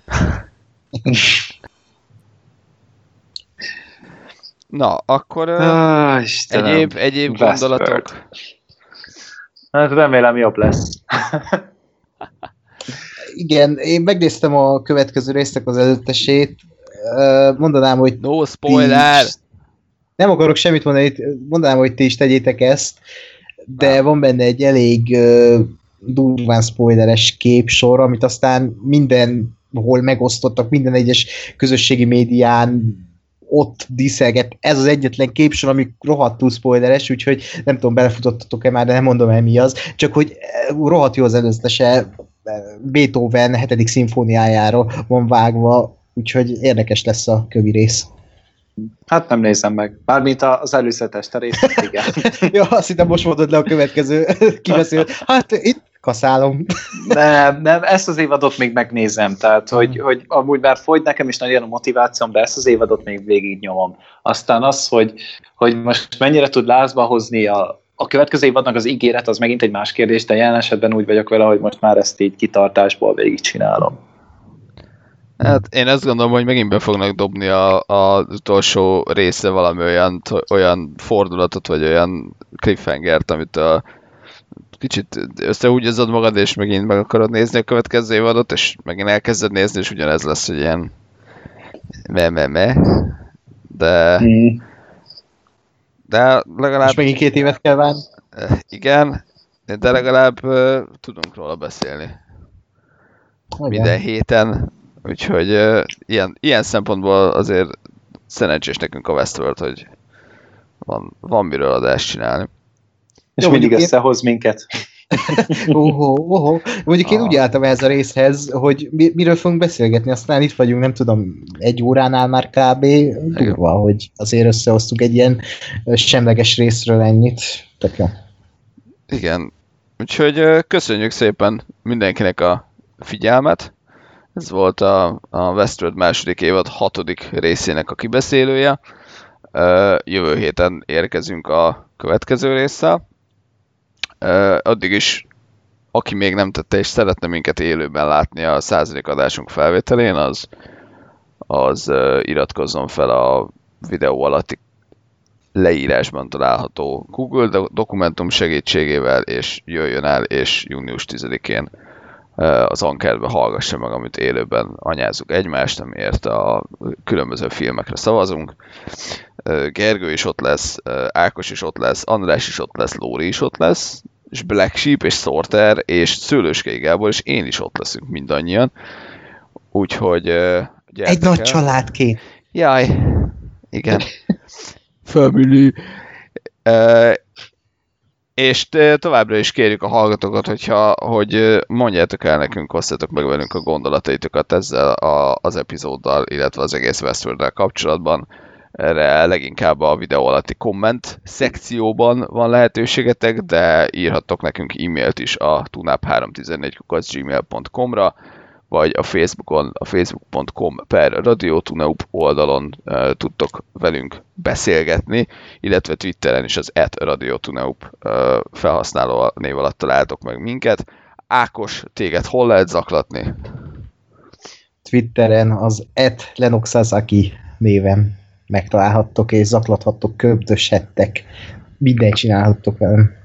Na, akkor egyéb gondolatok? Hát remélem jobb lesz. Igen, én megnéztem a következő résznek az előttesét. Mondanám, hogy... No spoiler! Nem akarok semmit mondani, mondanám, hogy ti is tegyétek ezt, de van benne egy elég durván spoileres képsor, amit aztán mindenhol megosztottak, minden egyes közösségi médián ott díszelget. Ez az egyetlen képsor, ami rohadtul spoileres, úgyhogy nem tudom, belefutottatok-e már, de nem mondom el mi az. Csak hogy rohadt jó az előzetese, Beethoven 7. szimfóniájára van vágva, úgyhogy érdekes lesz a kövi rész. Hát nem nézem meg. Mármint az előzetes részt, igen. Ja, azt hittem most mondod le a következő kibeszélt. Hát itt kaszálom. Nem, ezt az évadot még megnézem, tehát hogy amúgy már fogy nekem is nagyon a motivációm, de ezt az évadot még végig nyomom. Aztán az, hogy most mennyire tud lázba hozni a következő évadnak az ígéret, az megint egy más kérdés, de jelen esetben úgy vagyok vele, hogy most már ezt így kitartásból végigcsinálom. Hát én azt gondolom, hogy megint be fognak dobni az utolsó része valami olyan fordulatot, vagy olyan cliffhangert, amit kicsit összehúgyozod magad, és megint meg akarod nézni a következő évadot, és megint elkezded nézni, és ugyanez lesz, hogy ilyen de legalább... Most megint 2 évet kell várni? Igen, de legalább tudunk róla beszélni. Igen. Minden héten, úgyhogy ilyen szempontból azért szerencsés nekünk a Westworld, hogy van miről adást csinálni. És mindig összehoz minket. Mondjuk én úgy álltam ehhez a részhez, hogy miről fogunk beszélgetni, aztán itt vagyunk, nem tudom, 1 óránál már kb. Durva, hogy azért összehoztuk egy ilyen semleges részről ennyit. Tök jó. Igen, úgyhogy köszönjük szépen mindenkinek a figyelmet. Ez volt a Westworld második évad 6. részének a kibeszélője. Jövő héten érkezünk a következő résszel. Addig is, aki még nem tette és szeretne minket élőben látni a 100. adásunk felvételén, az iratkozzon fel a videó alatti leírásban található Google dokumentum segítségével, és jöjjön el, és június 10-én az Ankerbe hallgassa meg, amit élőben anyázzuk egymást, amiért a különböző filmekre szavazunk. Gergő is ott lesz, Ákos is ott lesz, András is ott lesz, Lóri is ott lesz, és Black Sheep, és Sorter, és Szőlőskei Gábor, és én is ott leszünk mindannyian. Úgyhogy egy nagy családként. Jaj, igen. Family. És továbbra is kérjük a hallgatókat, hogy mondjátok el nekünk, osztatok meg velünk a gondolataitokat ezzel az epizóddal, illetve az egész Westworld-del kapcsolatban. Erre leginkább a videó alatti komment szekcióban van lehetőségetek, de írhattok nekünk e-mailt is a tunap314@gmail.com-ra, vagy a Facebookon, a facebook.com/radiotuneup oldalon tudtok velünk beszélgetni, illetve Twitteren is az @radiotuneup felhasználó név alatt találtok meg minket. Ákos, téged hol lehet zaklatni? Twitteren az @lenoxasaki néven megtalálhattok, és zaklathattok, köbdöshettek. Mindent csinálhattok velem.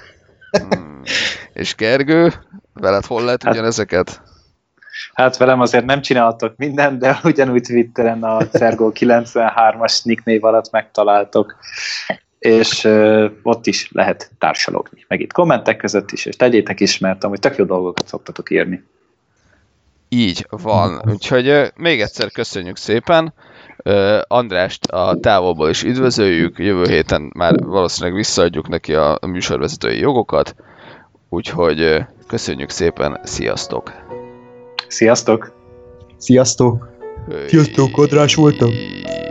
És Gergő, veled hol lehet ugyanezeket? Hát velem azért nem csináltok mindent, de ugyanúgy Twitteren a Cergo93-as nicknév alatt megtaláltok, és ott is lehet társalogni. Meg itt kommentek között is, és tegyétek is, mert amúgy tök jó dolgokat szoktatok írni. Így van. Úgyhogy még egyszer köszönjük szépen. Andrást a távolból is üdvözöljük. Jövő héten már valószínűleg visszaadjuk neki a műsorvezetői jogokat. Úgyhogy köszönjük szépen. Sziasztok! Sziasztok! Sziasztok! Sziasztok, András voltam!